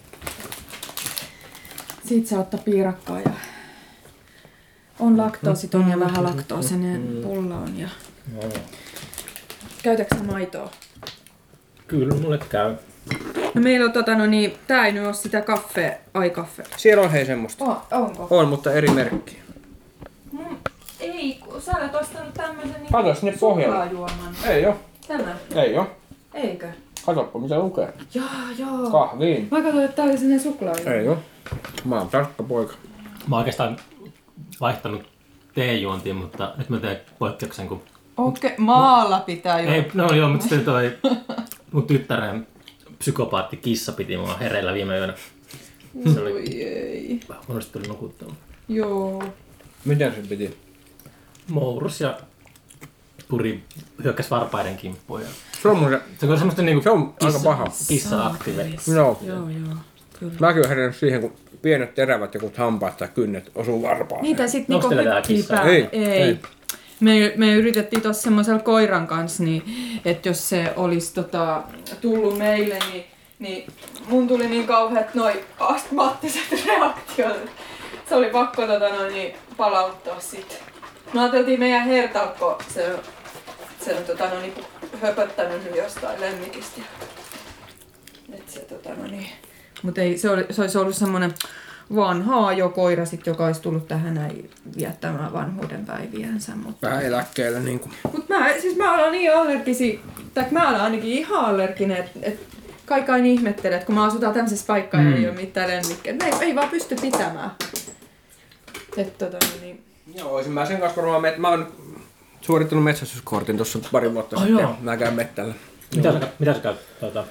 Siitä saa ottaa piirakkaa ja on laktoositon ja vähän laktoosinen pulla on. Ja... No. Käytätkö sä maitoa? Kyllä, mulle käy. No meillä on tota no niin, tää ei nyt oo sitä kaffe, ai kaffe. Siellä on hei semmoista. Oh, onko? On, mutta eri merkkiä. Mm, ei, kun sä olet ostanut tämmösen niin kato sinne pohjalle. Ei oo. Tämä? Ei oo. Eikö? Katoppa mitä lukee. Joo, joo. Kahviin. Mä katsoin, että tää oli sellainen suklaajuoma. Ei oo. Mä oon tarkka poika. Mä oon oikeastaan vaihtanut teejuontiin, mutta nyt mä teen poikkeuksen, kun... Okei, okay. Maalla pitää jo. Ei, no joo, mutta sitten toi mun tyttären psykopaatti kissa piti mua hereillä viime yönä. Se oli... Oi ei. Monesti tuli nukuttamaan. Joo. Miten se piti? Mourus ja puri hyökkäs varpaiden kimppuun. Ja... Se on, mun... se on semmoista niinku... Se on kissa, aika paha. Kissa-aktiivi. No. Joo, joo. Kyllä. Mäkin oon herännyt siihen, kun pienet terävät joku hampaat tai kynnet osuu varpaaseen. Niitä sit niinku hyppii päälle. Ei, ei. ei. Me, me yritettiin tuossa semmoisella koiran kanssa, niin, että jos se olisi tota, tullut meille, niin, niin mun tuli niin kauheat noi astmaattiset reaktiot. Se oli pakko tota, no, niin, palauttaa sit. Me ajateltiin meidän hertaukko, se, se on tota, no, niin, höpöttänyt nyt jostain lemmikistä. Et se, tota, no, niin. Mut ei, se, oli, se olisi ollut semmoinen vanhaa jo koira, sit, joka olisi tullut tähän näin viettämään vanhuuden päiviänsä. Mutta... Vähän eläkkeellä niinku. Mut mä, siis mä olen niin allergisi, tai mä olen ainakin ihan allerginen, että et kaikki aina ihmettelee, että kun mä asutaan tämmöisessä paikkaa mm. ja ei ole mitään lemmikkeitä. Ei, ei vaan pysty pitämään. Et, tota, niin... Joo, olisin mä sen kanssa varmaan, met... mä oon suorittanut metsästyskortin tuossa pari vuotta oh, sitten. Joo. Mä käyn mettällä. Mitä sä, mitä sä käyt tuota,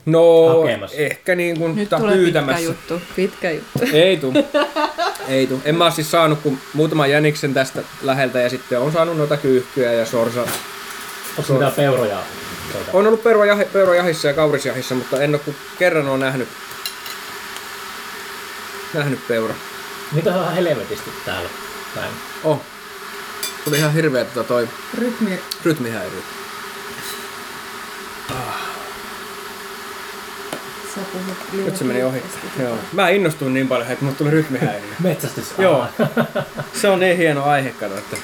No, hakemassa? ehkä niin kuin Nyt ta- tulee pyytämässä. pitkä juttu. Pitkä juttu. Ei tuu. Ei tuu. En mä oo siis saanut kuin muutaman jäniksen tästä läheltä ja sitten on saanut noita kyyhkyjä ja sorsa. Onko mitään peuroja? Tuota? On ollut peurojah- peurojahissa ja kaurisjahissa, mutta en oo kuin kerran on nähnyt, nähnyt peura. Niitä on ihan helvetisti täällä päin. Oh. Tuli ihan hirveä tota toi Rytmi. rytmihäiriö. Sä puhut liian Nyt se meni ohi. kiireesti. Joo. Mä innostuin niin paljon, että mulle tuli rytmihäiriö. Metsästys. Joo. Se on niin hieno aihe, kato, että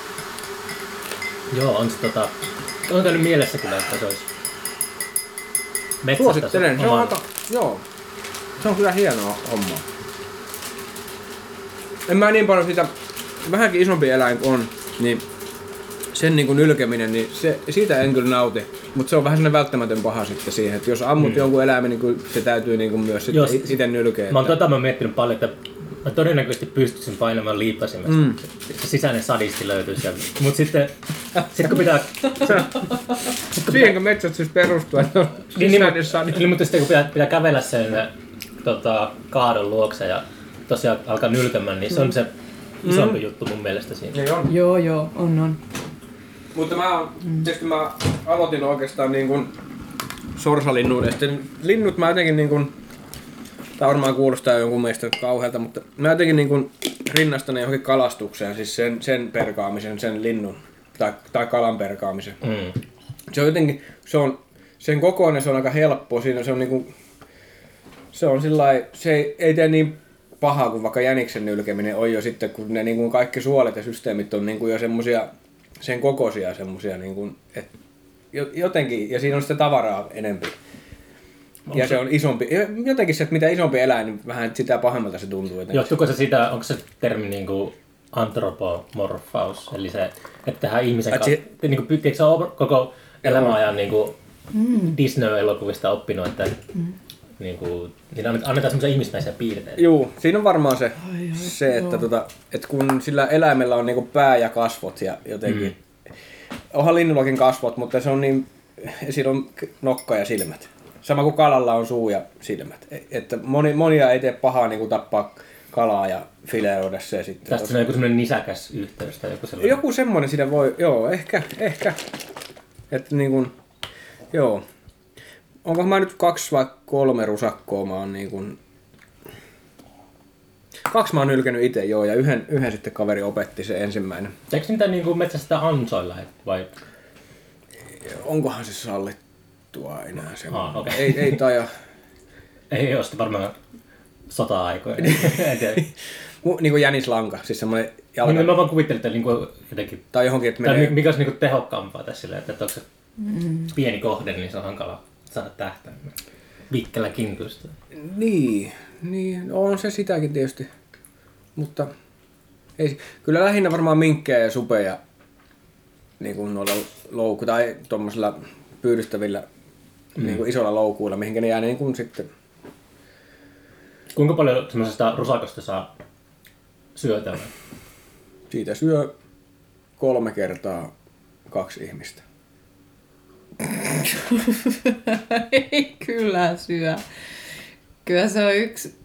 Joo, on se tota... On käynyt mielessä kyllä, että se olisi... Metsästäs suosittelen. Se on oman- aika, joo. Se on kyllä hienoa hommaa. En mä niin paljon sitä, vähänkin isompi eläin on, niin sen niin kuin nylkeminen, niin se, siitä en kyllä nauti. Mutta se on vähän sellainen välttämätön paha sitten siihen, että jos ammut mm. jonkun eläimen, niin kyllä se täytyy niin kuin myös Jos- sitten itse nylkeä. Mä oon että- tota mä oon miettinyt paljon, että mä todennäköisesti pystyisin painamaan liippasimesta. Mm. Se sisäinen sadisti löytyy sieltä. Mut sitten, sit kun pitää... Siihenkö metsästys perustuu, että on Niin, niin, sisäinen mutta, sadi? niin, mutta sitten kun pitää, pitää kävellä sen tota, kaadon luokse ja tosiaan alkaa nylkemään, niin se on se isompi mm. juttu mun mielestä siinä. Niin on. Joo, joo, on, on. Mutta mä, mm. tietysti mä aloitin oikeastaan niin kuin sorsalinnuuden. Sitten linnut mä jotenkin niin kuin, tää varmaan kuulostaa jonkun mielestä kauhealta, mutta mä jotenkin niin kuin rinnastan ne johonkin kalastukseen, siis sen, sen perkaamisen, sen linnun tai, tai kalan perkaamisen. Mm. Se on jotenkin, se on, sen kokoinen se on aika helppo, siinä se on niinku, se on sillai, se ei, ei tee niin pahaa kuin vaikka jäniksen nylkeminen on jo sitten, kun ne niinku kaikki suolet ja systeemit on niinku jo semmosia, sen kokoisia semmosia niinku, et jotenkin, ja siinä on sitä tavaraa enempi. Onko Ja se se- on isompi, jotenkin se, että mitä isompi eläin, niin vähän sitä pahemmalta se tuntuu jotenkin. Johtuuko se siitä, onko se termi niinku antropomorfaus, eli se, että tehdään ihmisen Ai, kanssa, si- niinku, eikö sä ole koko elämäajan niinku Disney-elokuvista oppinut, että niinku, niin annetaan semmoisia ihmismäisiä piirteitä. Juu, siinä on varmaan se, Ai, ai, se että, joo. tota, että kun sillä eläimellä on niinku pää ja kasvot ja jotenkin, mm. onhan linnullakin kasvot, mutta se on niin, siinä on nokka ja silmät. Sama kuin kalalla on suu ja silmät. E- Että moni, monia ei tee pahaa niinku tappaa kalaa ja fileoida se sitten. Tästä se on joku semmoinen nisäkäs yhteys tai joku sellainen. Joku semmonen siinä voi, joo, ehkä, ehkä. Että niin kuin, joo. Onko mä nyt kaksi vai kolme rusakkoa mä oon niin kuin... Kaksi mä oon nylkenyt itse, joo, ja yhden, yhden sitten kaveri opetti se ensimmäinen. Eikö niitä niinku metsästä ansoilla vai? Onkohan se sallittua enää se? Ah, okei. Ei, ei taja. Ei ole sitten varmaan sota-aikoja. En tiedä. Mu- Niin kuin jänislanka, siis semmoinen jalka. Niin, mä vaan kuvittelin, että niinku jotenkin... Tai johonkin, että Tai menee... mi- mikä olisi niinku tehokkaampaa tässä silleen, että onko se pieni kohde, niin se on hankala saada tähtäimeen. Vikkelläkin pystyy. Niin, niin, on se sitäkin tietysti. Mutta ei, si- kyllä lähinnä varmaan minkkejä ja supeja niin kuin noilla loukku tai tuommoisilla pyydystävillä mm. niin kuin isoilla loukuilla, mihinkä ne jää niin kuin sitten. Kuinka paljon semmoisesta rusakosta saa syötävää? Siitä syö kolme kertaa kaksi ihmistä. Ei kyllä syö. Kyllä se on yksi...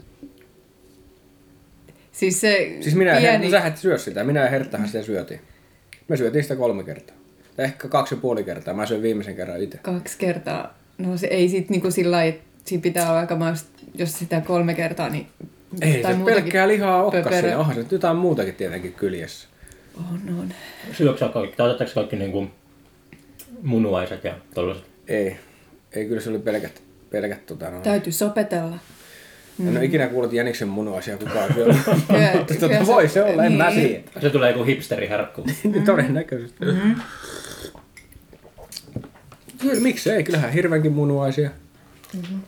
Siis se Siis minä ja pieni... Her- sähän et syö sitä, minä ja Herttahan sitä syötiin. Me syötiin sitä kolme kertaa. Tai ehkä kaksi ja puoli kertaa, mä syön viimeisen kerran itse. Kaksi kertaa. No se ei sit niinku sillä lailla, että siinä pitää olla aika maista, jos sitä kolme kertaa, niin... Ei tai se muutakin pelkkää lihaa olekaan pöperö. siinä, onhan se nyt jotain muutakin tietenkin kyljessä. On, on. Syöksä kaikki, tai otetaanko kaikki niinku munuaiset ja tollaiset? Ei, ei kyllä se oli pelkät, pelkät tota no. Täytyisi opetella. En ole ikinä kuullut jäniksen munuaisia kukaan syö. Kyllä, Mutta kyllä tota, se- voi se olla, en mä niin. tiedä. Se tulee joku hipsteriherkku. Todennäköisesti. Mm-hmm. Kyllä, miksi ei? Kyllähän hirvenkin munuaisia. Mm-hmm.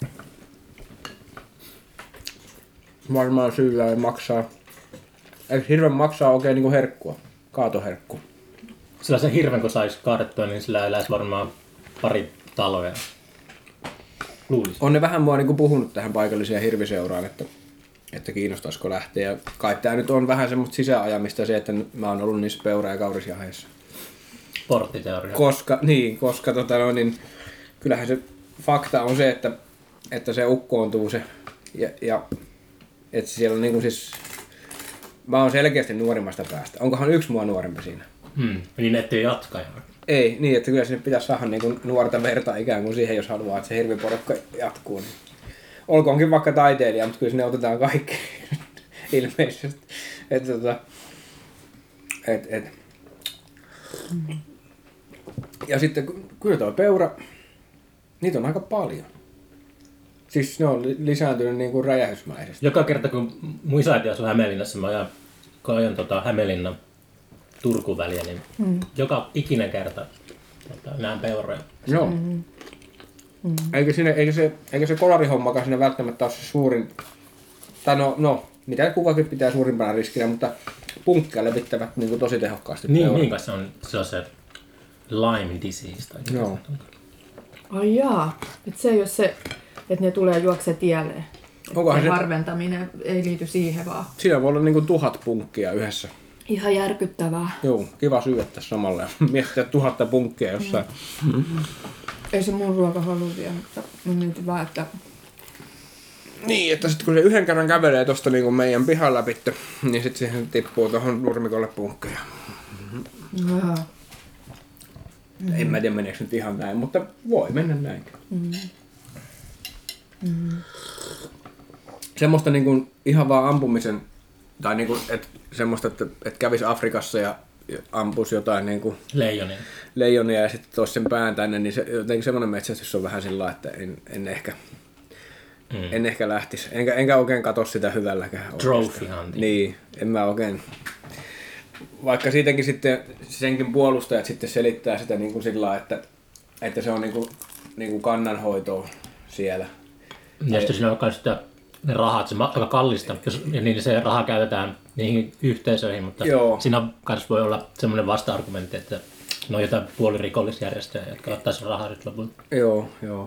Varmaan syyllä ei maksaa. Eikö hirven maksaa oikein niinku herkkua? Kaatoherkku. Sillä se hirven, kun saisi kaadettua, niin sillä eläisi varmaan pari taloja. Luulisin. On ne vähän mua niinku puhunut tähän paikalliseen hirviseuraan, että, että kiinnostaisiko lähteä. Ja kai tää nyt on vähän semmoista sisäajamista se, että mä oon ollut niissä peura- ja kaurisjaheissa. Porttiteoria. Koska, niin, koska tota no, niin, kyllähän se fakta on se, että, että se ukkoontuu se. Ja, ja että siellä on niinku siis... Mä oon selkeästi nuorimmasta päästä. Onkohan yksi mua nuorempi siinä? Hmm. Niin ettei jatka ihan. Ei, niin että kyllä sinne pitäisi saada niinku nuorta verta ikään kuin siihen, jos haluaa, että se hirviporukka jatkuu. Niin. Olkoonkin vaikka taiteilija, mutta kyllä sinne otetaan kaikki ilmeisesti. Et, tota, et, et. Ja sitten kyllä tuo peura, niitä on aika paljon. Siis ne on lisääntynyt niin kuin räjähdysmäisesti. Joka kerta kun mun isäiti asui Hämeenlinnassa, mä ajan, kun ajan tota Hämeenlinnan Turkuun väliä, niin mm. joka ikinen kerta tota, näen peuroja. Joo. Mm-hmm. Mm-hmm. Eikä, sinne, eikä, se, eikä se kolarihommakaan sinne välttämättä ole se suurin, tai no, no mitä kukakin pitää suurimpana riskinä, mutta punkkia levittävät niin kuin tosi tehokkaasti. Niin, niin se on se, on se Lyme disease. Tai joo. Ai jaa, että se ei ole se, että ne tulee juokse tielle. Se, se harventaminen ei liity siihen vaan. Siinä voi olla niin kuin tuhat punkkia yhdessä. Ihan järkyttävää. Joo, kiva syödä tässä samalla ja miettiä tuhatta punkkia jossain. Mm. Ei se mun ruokahalu vielä, mutta mä mietin vaan, että... Niin, että sitten kun se yhden kerran kävelee tosta niin kuin meidän pihan läpi, niin sitten siihen tippuu tuohon nurmikolle punkkeja. Mm-hmm. Mm-hmm. En mä tiedä meneekö nyt ihan näin, mutta voi mennä näinkin. Mm-hmm. Mm-hmm. Semmoista niin kuin ihan vaan ampumisen, tai niin kuin, että semmoista, että, että kävisi Afrikassa ja ampuisi jotain niin kuin leijonia. leijonia ja sitten toisi sen pään tänne, niin se, jotenkin semmoinen metsästys on vähän sillä että en, en, ehkä, mm. en ehkä lähtisi. Enkä, enkä oikein katso sitä hyvälläkään. Trophy hunting. Niin, en mä oikein. Vaikka siitäkin sitten senkin puolustajat sitten selittää sitä niin kuin sillä että, että se on niin kuin, niin kuin kannanhoitoa siellä. Ja sitten siinä on myös sitä ne rahat, se on aika kallista, jos, ja niin se raha käytetään niihin yhteisöihin, mutta joo. Siinä kanssa voi olla semmoinen vasta-argumentti, että ne on jotain puolirikollisjärjestöjä, jotka ottaa sen rahaa nyt lopulta. Joo, joo.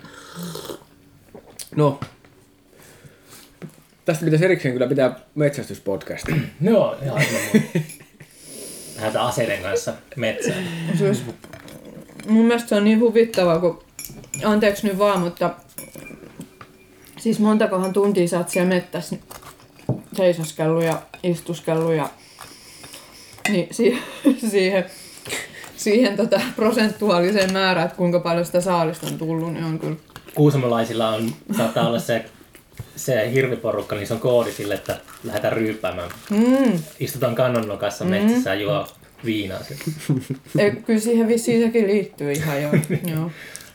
No, tästä pitäisi erikseen kyllä pitää metsästyspodcasti. Joo, ihan ilman. Lähdetään aseiden kanssa metsään. Siis, mun mielestä se on niin huvittavaa, kun anteeksi nyt vaan, mutta siis montakohan tuntia sä oot siellä mettässä seisoskellut ja istuskellut ja niin si- siihen, siihen tota prosentuaaliseen määrään, että kuinka paljon sitä saalista on tullut, niin on kyllä. Kuusamolaisilla on, saattaa olla se, se hirviporukka, niin se on koodi sille, että lähdetään ryyppäämään. Mm. Istutaan kannonnokassa mm. metsissä ja juo viinaa. Ei, kyllä siihen vissiin sekin liittyy ihan jo. Joo.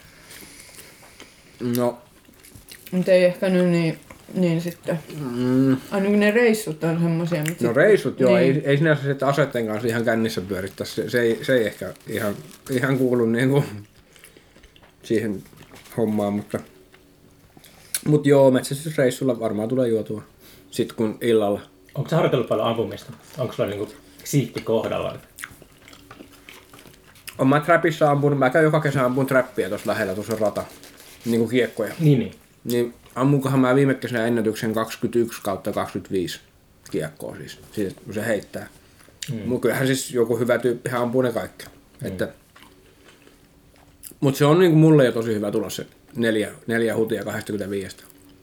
No. Mutta ei ehkä nyt niin, niin sitten. Mm. Ainakin ne reissut on semmosia. No sit, reissut joo, niin. ei, ei sinänsä sitten asetten kanssa ihan kännissä pyörittäisi. Se, se, ei, se ei ehkä ihan, ihan kuulu niinku siihen hommaan, mutta mut joo, metsästysreissulla varmaan tulee juotua sit kun illalla. Onko sä harjoitellut paljon ampumista? Onko sulla niinku siihti kohdallaan? Olen mä trapissa ampunut, mä käyn joka kesä ampun trappia tuossa lähellä, tuossa on rata, niinku kiekkoja. Niin, niin. Niin ammunkohan mä viime kesänä ennätyksen kaksikymmentäyksi kautta kaksikymmentäviisi kiekkoa siis, siitä kun se heittää. Mm. Mutta kyllähän siis joku hyvä tyyppi ampuu ne kaikki. Mm. Että, mutta se on niinku mulle jo tosi hyvä tulos se neljä, neljä hutia kaksikymmentäviisi.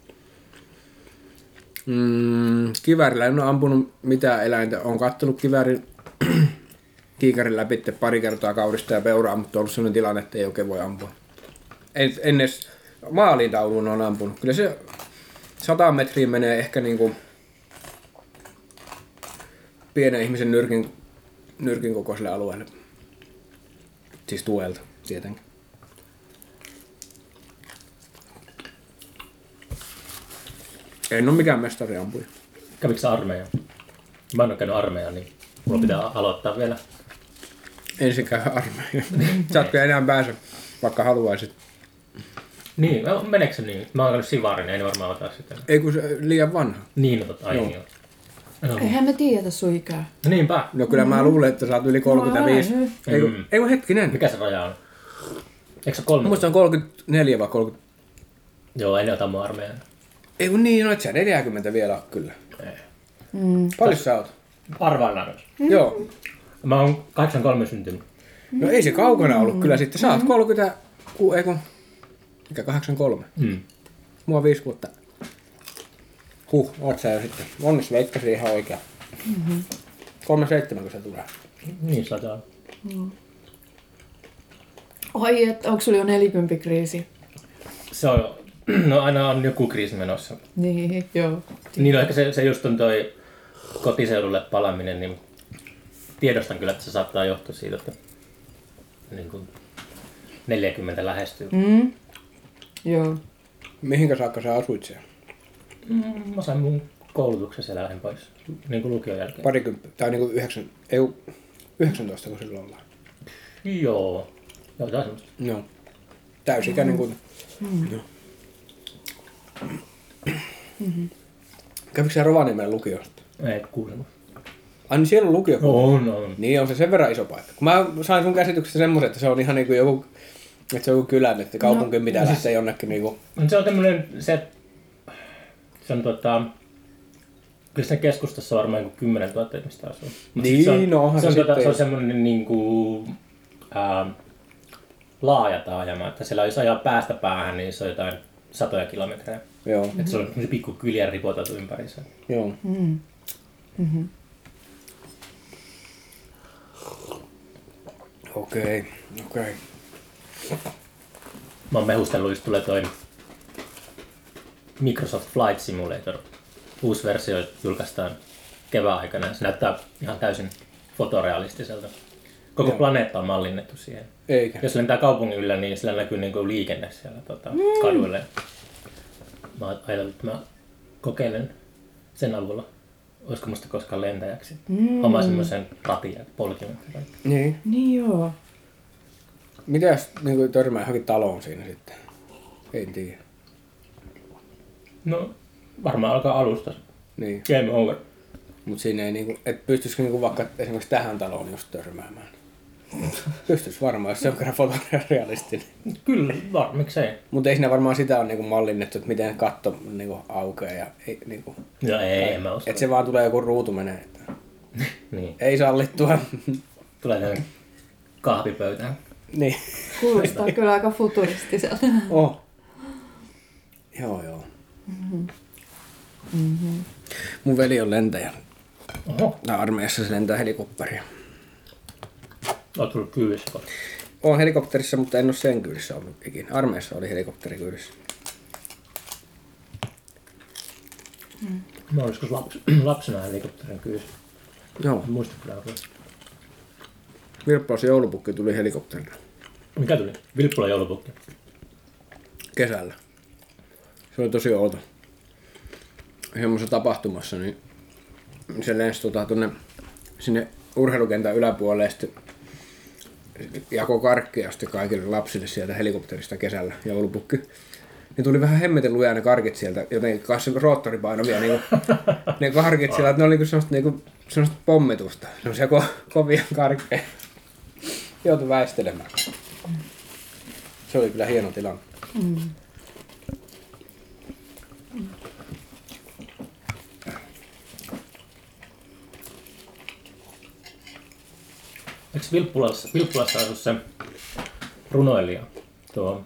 Mm, kiväärillä en ole ampunut mitään eläintä. Olen kattellut kiväärin kiikarin läpi pari kertaa kaudista ja peuraa, mutta on ollut sellainen tilanne, että ei oikein voi ampua. En, en edes maaliin tauluun on ampunut. Kyllä se sata metriä menee ehkä niinku pienen ihmisen nyrkin, nyrkin kokoiselle alueelle. Siis tuelta tietenkin. En ole mikään mestari ampuja. Kävikö sä armeija? Mä en ole käynyt armeijaa, niin mulla pitää aloittaa vielä. Ensin käy armeija. Sä oot enää pääse, vaikka haluaisit. Niin, meneekö se niin? Mä oon käynyt sivarin, niin ei varmaan ota sitä. Ei kun se liian vanha. Niin, no, ai niin. No. Eihän me tiedetä sun ikää. No niinpä. No kyllä mä luulen, että sä oot yli kolmekymmentäviisi. No, ei, mm. ei kun hetkinen. Mikä se raja on? Eikö se kolmekymmentä? Musta on kolmekymmentäneljä vai kolmekymmentä. Joo, en ota mun armeijan. Ei kun niin, no et sä neljäkymmentä vielä ole kyllä. Ei. Mm. Paljon sä oot? Arvaillaan nyt. Mm. Joo. Mä oon kahdeksankymmentäkolme syntynyt. No ei se kaukana ollut kyllä sitten. Sä oot kolmekymmentä, ei kun Mikä kahdeksankymmentäkolme? Mm. Mua on viisi vuotta. Huh, oot sä jo sitten. Onnis veikkasi ihan oikein. Mm-hmm. kolmekymmentäseitsemän kun se tulee. Niin sataa. Mm. Ai, että onko sulla jo nelikymppikriisi? Se on, no aina on joku kriisi menossa. Niin, joo. Niin no ehkä se, se just on toi kotiseudulle palaaminen, niin tiedostan kyllä, että se saattaa johtua siitä, että niin kuin neljäkymmentä lähestyy. Mm. Joo. Mihinkä saakka sä asuit siellä? Mm, mä sain mun koulutuksen siellä lähin pois, niin kuin lukion jälkeen. Parikymppä, tai niinku yhdeksän, ei kun yhdeksäntoista kun silloin ollaan. Joo, jotain semmoista. No. Täysikäinen kuin. Mm. No. Mm-hmm. Kävikö sä Rovaniemen lukiosta? Ei, Kuusamo. Ai niin siellä on lukio? On, on. Niin on se sen verran iso paikka. Kun mä sain sun käsityksestä semmoisen, että se on ihan niinku joku, että se on joku kylän, että kaupunkiin pitää no, lähteä jonnekin niinku. Se on tämmönen, se, se on tota, kyllä sen keskustassa on varmaan kymmenen tuhatta ihmistä asuu. Mut Niin, se on, no onhan se on, se tota, sitten se on jo. semmonen niinku, ää, laaja taajama, että siellä jos ajaa päästä päähän, niin se on jotain satoja kilometrejä. Joo, Mm-hmm. Että se on semmosia pikku kyliä ripoteltu ympärissä. joo. Mm. Mm-hmm. Okei, okei. Mä oon mehustellut, just tulee toi Microsoft Flight Simulator. Uusi versio julkaistaan kevään aikana. Se näyttää ihan täysin fotorealistiselta. Koko Joo. planeetta on mallinnettu siihen. Eikä. Jos lentää kaupungin yllä, niin sillä näkyy niin kuin liikenne siellä tota, mm. kaduille. Mä oon ajatellut, että mä kokeilen sen avulla. Olisiko musta koskaan lentäjäksi? Mm. Hommaa semmoisen ratin ja polkimen. Niin. Niin joo. Mitäs niinku törmää johonkin taloon siinä sitten? En tiedä. No, varmaan alkaa alusta. Niin. Game over. Mut siinä ei niinku, et pystyisikö niinku vaikka esimerkiksi tähän taloon just törmäämään? Pystyis varmaan, jos se on kerran fotorealistinen. Kyllä, var, miksei. Mutta ei siinä varmaan sitä ole niinku mallinnettu, että miten katto niinku aukeaa ja ei, niinku, No ei, en mä usko. että se vaan tulee joku ruutu menee. Että Niin. ei sallittua. Tulee tämmöinen kahvipöytään. Niin. Kuulostaa kyllä aika futuristiselta. Oh. Joo, joo. Mm-hmm. Mm-hmm. Mun veli on lentäjä. Oho, Tai armeijassa se lentää helikopteria. oot tullut kyydissä. Oon helikopterissa, mutta en ole sen kyydissä ollut ikinä. Armeijassa oli helikopteri kyydissä. Mä olin joskus laps, lapsena helikopterin kyydissä. Joo. En muista kyllä oikein. Virppaus joulupukki tuli helikopterilla Mikä tuli? Vilppula joulupukki. kesällä. Se oli tosi outo. Semmoisessa tapahtumassa, niin se lensi tota, tonne, sinne urheilukentän yläpuolelle ja sitten jakoi karkkia sitten kaikille lapsille sieltä helikopterista kesällä joulupukki. Niin tuli vähän hemmeten lujaa ne karkit sielta, jotenkin kanssa roottori paino vielä niinku, ne karkit siellä, että ne oli niinku semmoista, niinku, semmoista pommitusta, semmoisia ko- kovia karkkeja. Joutui väistelemään. Se oli kyllä hieno tilanne. Mm. Eikö Vilppulassa, Vilppulassa asu se runoilija, tuo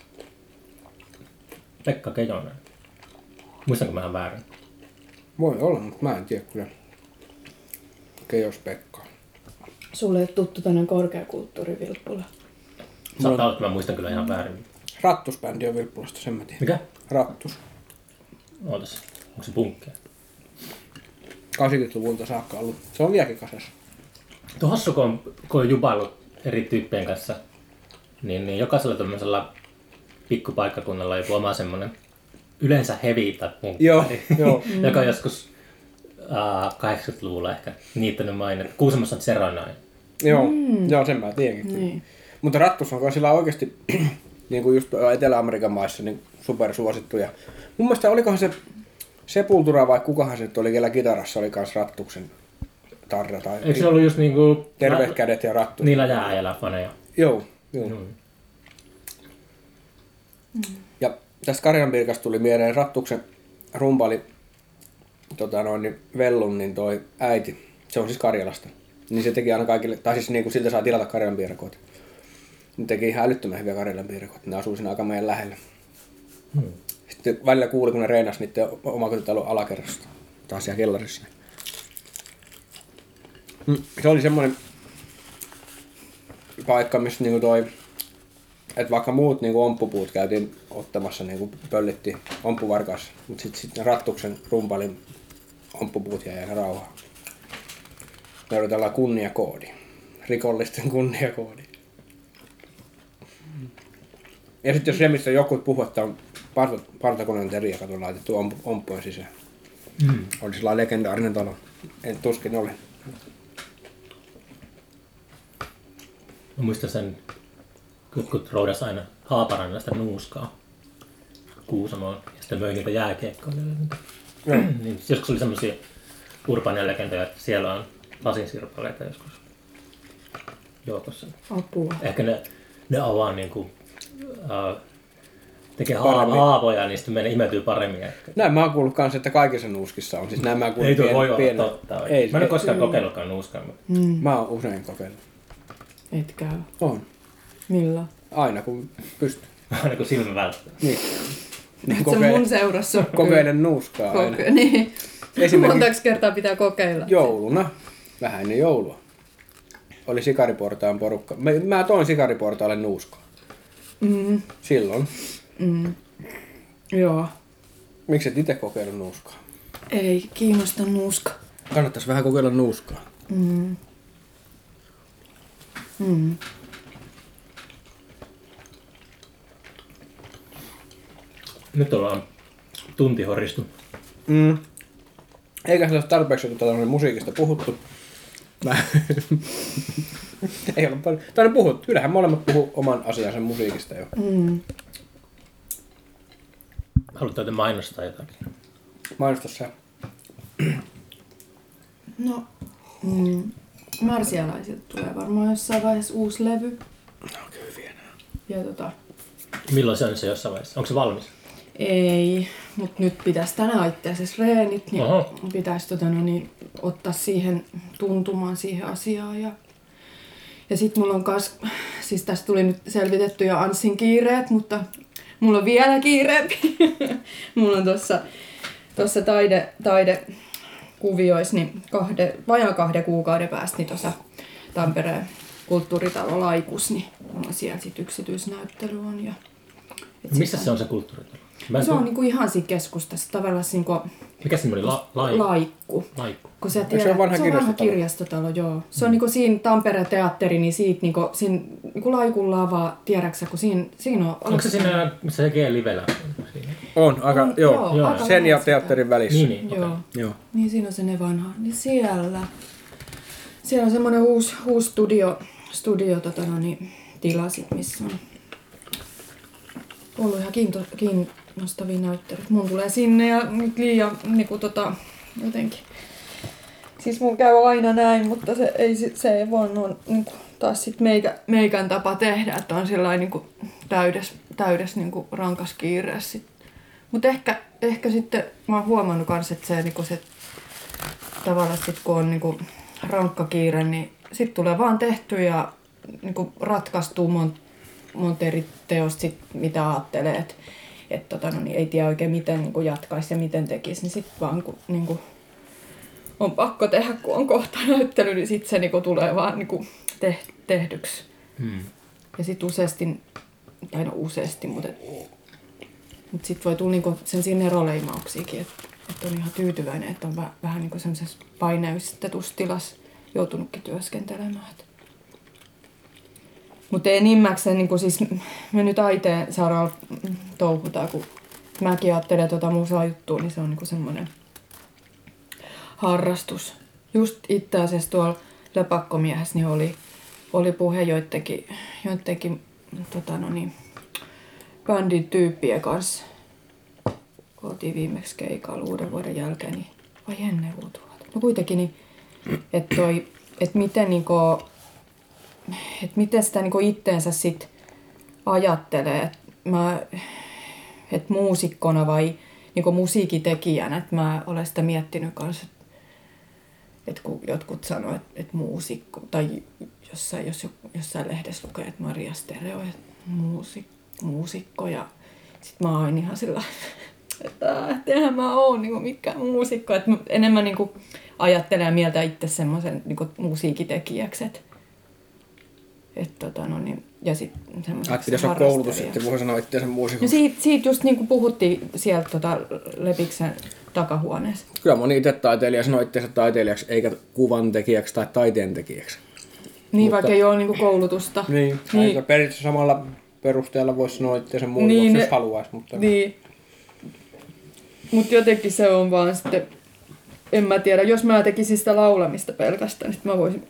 Pekka Kejonen? Muistanko mä ihan väärin? Voi olla, mutta mä en tiedä kyllä. Kejos Pekka. Sulle ei ole tuttu tämmöinen korkeakulttuuri Vilppula. Saattaa olla, että mä muistan kyllä ihan väärin. Rattusbändi on Vilppulasta, sen mä tiedän. Mikä? Rattus. Ootas, onko se punkkia? kahdeksankymmentäluvulta saakka ollut. Se on vieläkin kasassa. Tuo hassu, kun on, kun on jupaillut eri tyyppien kanssa, niin, niin jokaisella tämmöisellä pikkupaikkakunnalla on joku oma semmoinen yleensä heavy tai punkki, Joo, joo. joka on joskus uh, kahdeksankymmentäluvulla ehkä niittänyt mainit. Kuusamossa on Zeronain. Joo, mm. joo, sen mä tiedänkin. Niin. Mutta Rattus on sillä oikeasti, niin kuin just Etelä-Amerikan maissa, niin supersuosittu. Ja mun mielestä olikohan se Sepultura vai kukahan se oli, kellä kitarassa oli kans Rattuksen tarra. Tai Eikö se ollut just niinku... Terveet la- kädet ja Rattus. Niillä jääjällä faneja. Joo, joo. Mm. Ja tästä Karjanpirkasta tuli mieleen Rattuksen rumpali tota noin, niin Vellun, niin toi äiti, se on siis Karjalasta. Niin se teki aina kaikille, tai siis niin kuin siltä saa tilata karjanpiirakoita. Ne teki ihan älyttömän hyviä karjalanpiirakoita, ne asuu siinä aika meidän lähellä. Hmm. Sitten välillä kuuli, kun ne reenasi niiden omakotitalon alakerrasta. Taas siellä kellarissa. Hmm. Se oli semmoinen paikka, missä niinku toi, että vaikka muut niinku omppupuut käytiin ottamassa, niinku pöllittiin omppuvarkaassa, mutta sitten sit Rattuksen rumpalin omppupuut jäi ihan rauhaan. Me oli tällainen kunniakoodi. Rikollisten kunniakoodi. Ja sitten jos se, missä joku puhuu, että on parta, partakoneen teriakaton laitettu omp, omppujen sisään. Mm. Oli sellainen legendaarinen talo. En tuskin oli. Mä muistan sen, kun roudas aina Haaparannasta nuuskaa Kuusamoon ja sitten möi niitä jääkiekkoja. Mm. Niin, joskus oli semmosia urbaania legendoja, että siellä on lasinsirpaleita joskus joukossa. Apua. Ehkä ne, ne avaa niinku, uh, tekee paremmin haavoja, niin sitten menee imeytyy paremmin. Ehkä. Näin mä oon kuullut kanssa, että kaikissa nuuskissa on. Siis näin mä ei tuo voi olla pien... totta. Ei, mä en ole koskaan mm. kokeillutkaan nuuskaa. Mm. Mä oon usein kokeillut. Et käy. On. Millä? Aina kun pystyy. Aina kun silmä välttää. Niin. Nyt se mun seurassa. Kokeilen nuuskaa aina. Koke- niin. Esimerkiksi montaks kertaa pitää kokeilla? jouluna. Vähän ennen joulua. Oli Sikariportaan porukka. Mä, mä toin Sikariportaalle nuuskaa. Mm. Silloin. Mm. Joo. Miksi et itse kokeillut nuuskaa? Ei kiinnosta nuuska. Kannattais vähän kokeilla nuuskaa. Mm. Mm. Nyt ollaan tunti horistu. Mm. Eikä se ole tarpeeksi tuota musiikista puhuttu. Mä... Ei ole paljon. Tai on puhuttu. Kyllähän molemmat puhuu oman asiansa musiikista jo. Mm. Haluatko te mainostaa jotakin? Mainosta sä. No, mm, Marsialaisilta tulee varmaan jossain vaiheessa uusi levy. No kyllä vielä. Ja tota, Milloin se on se jossain vaiheessa? Onko se valmis? ei, mutta nyt pitäisi tänään itse asiassa reenit, niin Oho. pitäisi tota, no, niin, ottaa siihen tuntumaan siihen asiaan. Ja, ja sit mulla on kas, siis tästä tuli nyt selvitetty jo Anssin kiireet, mutta mulla on vielä kiireempi. Mulla on tossa, tossa taide, taidekuvioissa niin kahde, vajaan kahden kuukauden päästä niin tuossa Tampereen kulttuuritalo Laikus, niin mulla siellä sit yksityisnäyttely on. Ja, missä se on se kulttuuritalo? Se on niinku ihan siinä keskustassa, tavallaan siinä kuin mikä se oli? La, lai... Laiku. Laiku. Kun sä tiedät, se on vanha se on vanha kirjastotalo? kirjastotalo, joo. Se on niinku siinä Tampereen teatteri, niin siitä niinku, siinä niinku Laikun lava, tiedäksä, kun siinä, siinä on... Onko se siinä, missä se G-livellä on? Siinä? On, aika, On, joo. joo, joo. aika Sen ja lähellä teatterin välissä. Niin, niin. Joo. Okay. Joo. Niin siinä on se ne vanha. Niin siellä, siellä on semmoinen uusi, uusi studio, studio tota no, niin, tila sit, missä on ollut ihan kiinto, kiinnostavia näyttelyitä. Mun tulee sinne ja nyt liian niinku tota, jotenkin. Siis mun käy aina näin, mutta se ei, se ei vaan ole niinku, taas sit meikä, meikän tapa tehdä, että on sellainen niinku, täydes, täydes niinku, rankas kiireessä sit. Mutta ehkä, ehkä sitten mä oon huomannut kans, että se, niinku se tavallaan sit kun on niinku rankka kiire, niin sit tulee vaan tehty ja niinku ratkaistuu mon, monta eri teosta sit, mitä ajattelee, että et, tota, no, niin ei tiedä oikein miten niinku jatkaisi ja miten tekisi, niin sit vaan kun niinku, on pakko tehdä, kun on kohta näyttely, niin sit se niinku tulee vaan niinku te, tehdyksi. Hmm. Ja sit useasti, tai no useasti, mutta Mutta sitten voi tulla niinku sen sinne roleimauksiakin, että et on ihan tyytyväinen, että on väh, vähän niinku semmoisessa paineistetussa tilassa joutunutkin työskentelemään. Mutta ei nimmäkseen, niinku siis me nyt Aiteen saralla touhutaan, kun mäkin ajattelen tuota musa-juttua, niin se on niinku semmoinen harrastus. Just itse asiassa tuolla Lepakkomiehessä niin oli, oli puhe joidenkin, joidenkin tota no niin, bändin tyyppien kanssa, kun oltiin viimeksi keikalla uuden vuoden jälkeen, niin vai ennen uutta vuotta. No kuitenkin, niin, että et miten, niinku, et miten sitä niinku itteensä sit ajattelee, että mä, et muusikkona vai niinku musiikitekijänä, että mä olen sitä miettinyt kanssa, että et kun jotkut sanoo, että et muusikko, tai jossain, jos jossain lehdessä lukee, että Maria Stereo, että muusikko, muusikko ja Sitten mä oon ihan sillä että eihän mä oon niinku mikään muusikko. Että enemmän niinku ajattelen ja mieltä itse semmoisen niinku musiikitekijäksi. Et, et tota no niin, ja sit semmoiseksi pitäisi olla koulutus, että voi sanoa itseänsä muusikoksi. No siitä, siitä just niinku puhuttiin sieltä tota Lepiksen takahuoneessa. Kyllä moni itse taiteilija sanoo itseänsä taiteilijaksi eikä kuvan tekijäksi tai taiteen tekijäksi. Niin, Mutta, vaikka ei ole niinku koulutusta. Niin, niin. Periaatteessa samalla perusteella voisi sanoa itseänsä muusikoksi, niin, jos haluaisi. Mutta... Niin. Mutta jotenkin se on vaan sitten, en mä tiedä, jos mä tekisin sitä laulamista pelkästään, niin mä voisin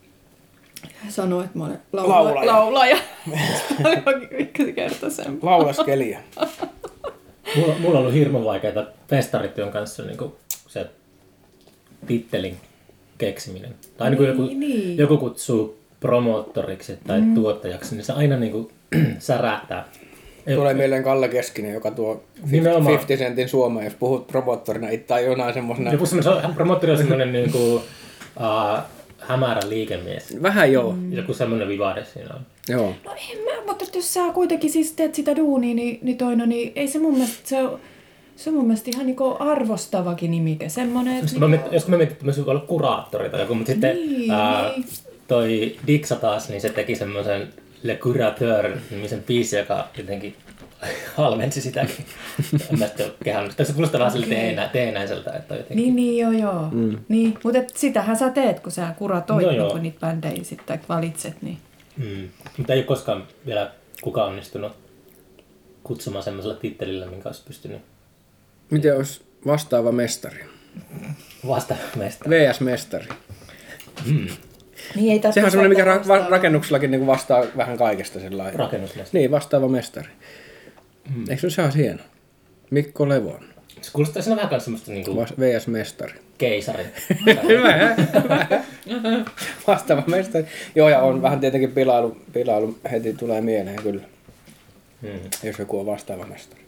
sanoa, että mä olen laula- laulaja. laulaja. Mikä se kertoo sen? Laulaskelija. Mulla, mulla on ollut hirveän vaikeaa festarityön kanssa niin kuin se tittelin keksiminen. Tai niin, niin joku, niin. joku kutsuu promoottoriksi tai mm. tuottajaksi, niin se aina niin kuin särähtää. Tulee mieleen Kalle Keskinen, joka tuo viisikymmentä sentin Suomeen, jos puhut promoottorina tai jonain semmoisena. Joku semmoinen, promoottori on semmoinen niin kuin, uh, hämärä liikemies. Vähän joo. Mm. Joku semmoinen vivade siinä on. Joo. No en mä, mutta jos sä kuitenkin siis teet sitä duunia, niin, niin, toino, niin ei se mun mielestä, se on, se on mun mielestä ihan niin arvostavakin nimike. Semmoinen, että... Niin... Jos mä mietin, että mä olisin olla kuraattori tai joku, mutta sitten niin, ää, niin. toi Dixa taas, niin se teki semmoisen Le Curateur-nimisen biisi, joka jotenkin halvensi sitäkin. En mä sitten ole kehannut. Tässä kuulostaa vähän sille teenä, teenäiseltä. Että jotenkin... Niin, niin, joo, joo. Mm. Niin, mutta sitähän sä teet, kun sä kuratoit no, niin niitä bändejä sitten valitset. Niin. Mm. Mutta ei ole koskaan vielä kukaan onnistunut kutsumaan semmoisella tittelillä, minkä olisi pystynyt. Miten olisi vastaava mestari? Vastaava mestari. V S-mestari. Mm. Niin, ei sehän on semmoinen, mikä ra- rakennuksellakin niin vastaa vähän kaikesta. Rakennusmestari. Niin, vastaava mestari. Mm. Eikö se ole hieno? Mikko Levon. Se kuulostaa siinä vähän semmoista niinku... V S-mestari. Keisari. Hyvä, hyvä. Vastaava mestari. Joo, ja on vähän tietenkin pilailu, pilailu heti tulee mieleen kyllä. Mm. Jos joku on vastaava mestari.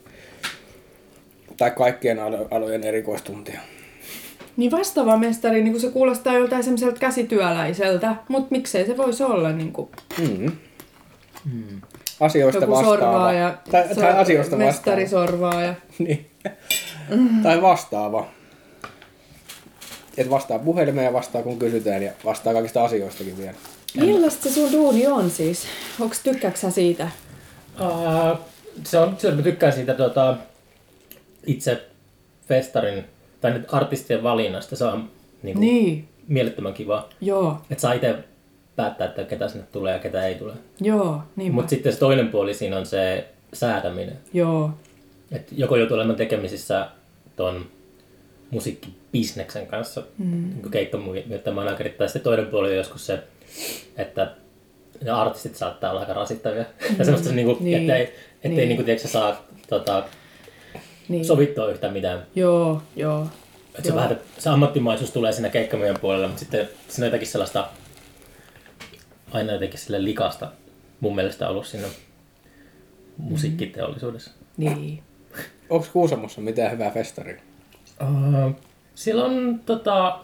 Tai kaikkien alo- alojen erikoistuntija. Niin vastaava mestari, niin se kuulostaa joltain semmoiselta käsityöläiseltä, mutta miksei se voisi olla niin kuin... Mm. Mm. Asioista joku vastaava. Sorvaaja, tai, tai sor- asioista mestari vastaava. sorvaaja. Niin. Mm. Tai vastaava. Et vastaa puhelimeen ja vastaa kun kysytään ja vastaa kaikista asioistakin vielä. Millaista se sun duuni on siis? Onko tykkääksä sä siitä? Uh, se on, se, mä tykkään siitä tuota, itse festarin tai nyt artistien valinnasta. Se on niinku, niin. mielettömän kiva. Joo. Että saa itse päättää, että ketä sinne tulee ja ketä ei tule. Joo, niinpä. Mutta sitten se toinen puoli siinä on se säätäminen. Joo. Et joko joutuu olemaan tekemisissä ton musiikkibisneksen kanssa, mm. niin keikkamyyttä managerit, tai sitten toinen puoli on joskus se, että ne artistit saattaa olla aika rasittavia. Mm. Ja semmoista, niin kuin, niin. ettei, ettei niin. niin kuin, saa tota, niin. sovittua yhtään mitään. Joo, joo. Et se, vähän, se ammattimaisuus tulee siinä keikkamyyjän puolella, mutta sitten siinä on jotenkin sellaista, aina jotenkin sille likasta mun mielestä ollut siinä musiikkiteollisuudessa. Niin. Onko Kuusamossa mitään hyvää festaria? Uh, siellä on tota,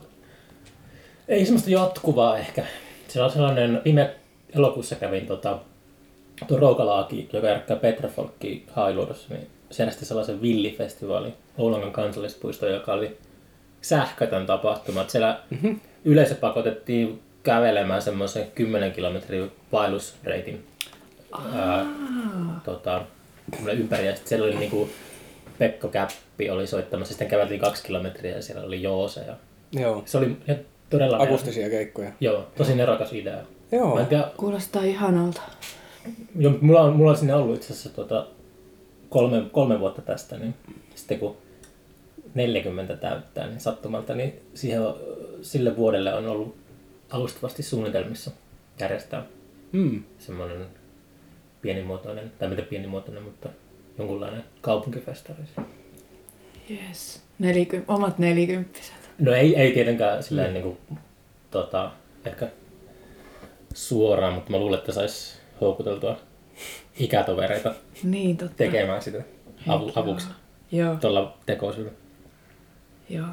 ei semmoista jatkuvaa ehkä. Siellä on sellainen, viime elokuussa kävin tota, tuon Roukalaaki, joka järkkää Petrafolkki Hailuodossa, niin se järjesti sellaisen villifestivaalin Oulangan kansallispuisto, joka oli sähkötön tapahtuma. Et siellä mm-hmm. yleisö pakotettiin kävelemään semmoisen kymmenen kilometrin vaellusreitin ää, tota, ympäri. Ja siellä oli niinku Pekko Käppi oli soittamassa, sitten käveltiin kaksi kilometriä ja siellä oli Joose. Ja joo. Se oli todella... Akustisia keikkoja. Joo, tosi nerokas idea. Joo. Tiedä, kuulostaa ihanalta. Jo, mulla, on, mulla on sinne ollut itse asiassa tuota, kolme, kolme vuotta tästä, niin sitten kun neljäkymmentä täyttää niin sattumalta, niin siihen, sille vuodelle on ollut alustavasti suunnitelmissa järjestää mm. semmoinen pienimuotoinen, tai mitä pienimuotoinen, mutta jonkunlainen kaupunkifestari. Yes. Neliky- omat nelikymppiset. No ei, ei tietenkään silleen mm. niin kuin, tota, ehkä suoraan, mutta mä luulen, että sais houkuteltua ikätovereita niin, totta. tekemään sitä avu, avuksi tuolla tekoisyydellä. Joo.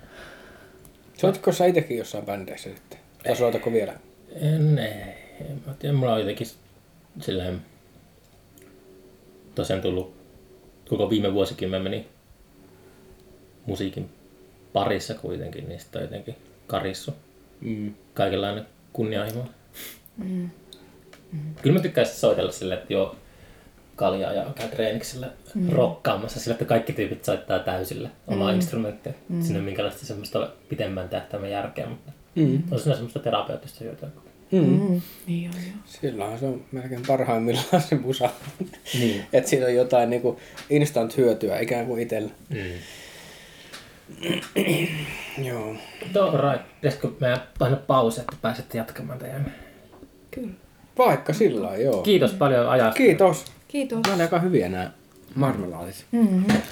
Soititko sä itsekin jossain bändeissä sitten? Tai soitako vielä? En, ei. En mä tiedä, mulla on jotenkin silleen tosiaan tullut koko viime vuosikymmen meni musiikin parissa kuitenkin, niin sitten on jotenkin karissu. Mm. Kaikenlainen kunnianhimo. Mm. Mm. Kyllä mä tykkäisin soitella silleen, että joo, kaljaa ja käy treeniksellä mm. rokkaamassa sillä, että kaikki tyypit soittaa täysillä omaa mm. instrumenttia. Mm. Siinä on minkälaista semmoista pitemmän tähtäimen järkeä, mutta mm. on siinä semmoista terapeuttista hyötyä. Mm. Mm. Niin on, joo. Silloinhan se on melkein parhaimmillaan se musa. Niin. Että siitä on jotain niinku instant hyötyä ikään kuin itsellä. Mm. Joo. Alright. Pitäisikö meidän painaa pause, että pääsette jatkamaan teidän? Kyllä. Vaikka sillä lailla, joo. Kiitos paljon ajasta. Kiitos. Kiitos. Nämä oli aika hyviä nämä marmelaatit. Mm-hmm.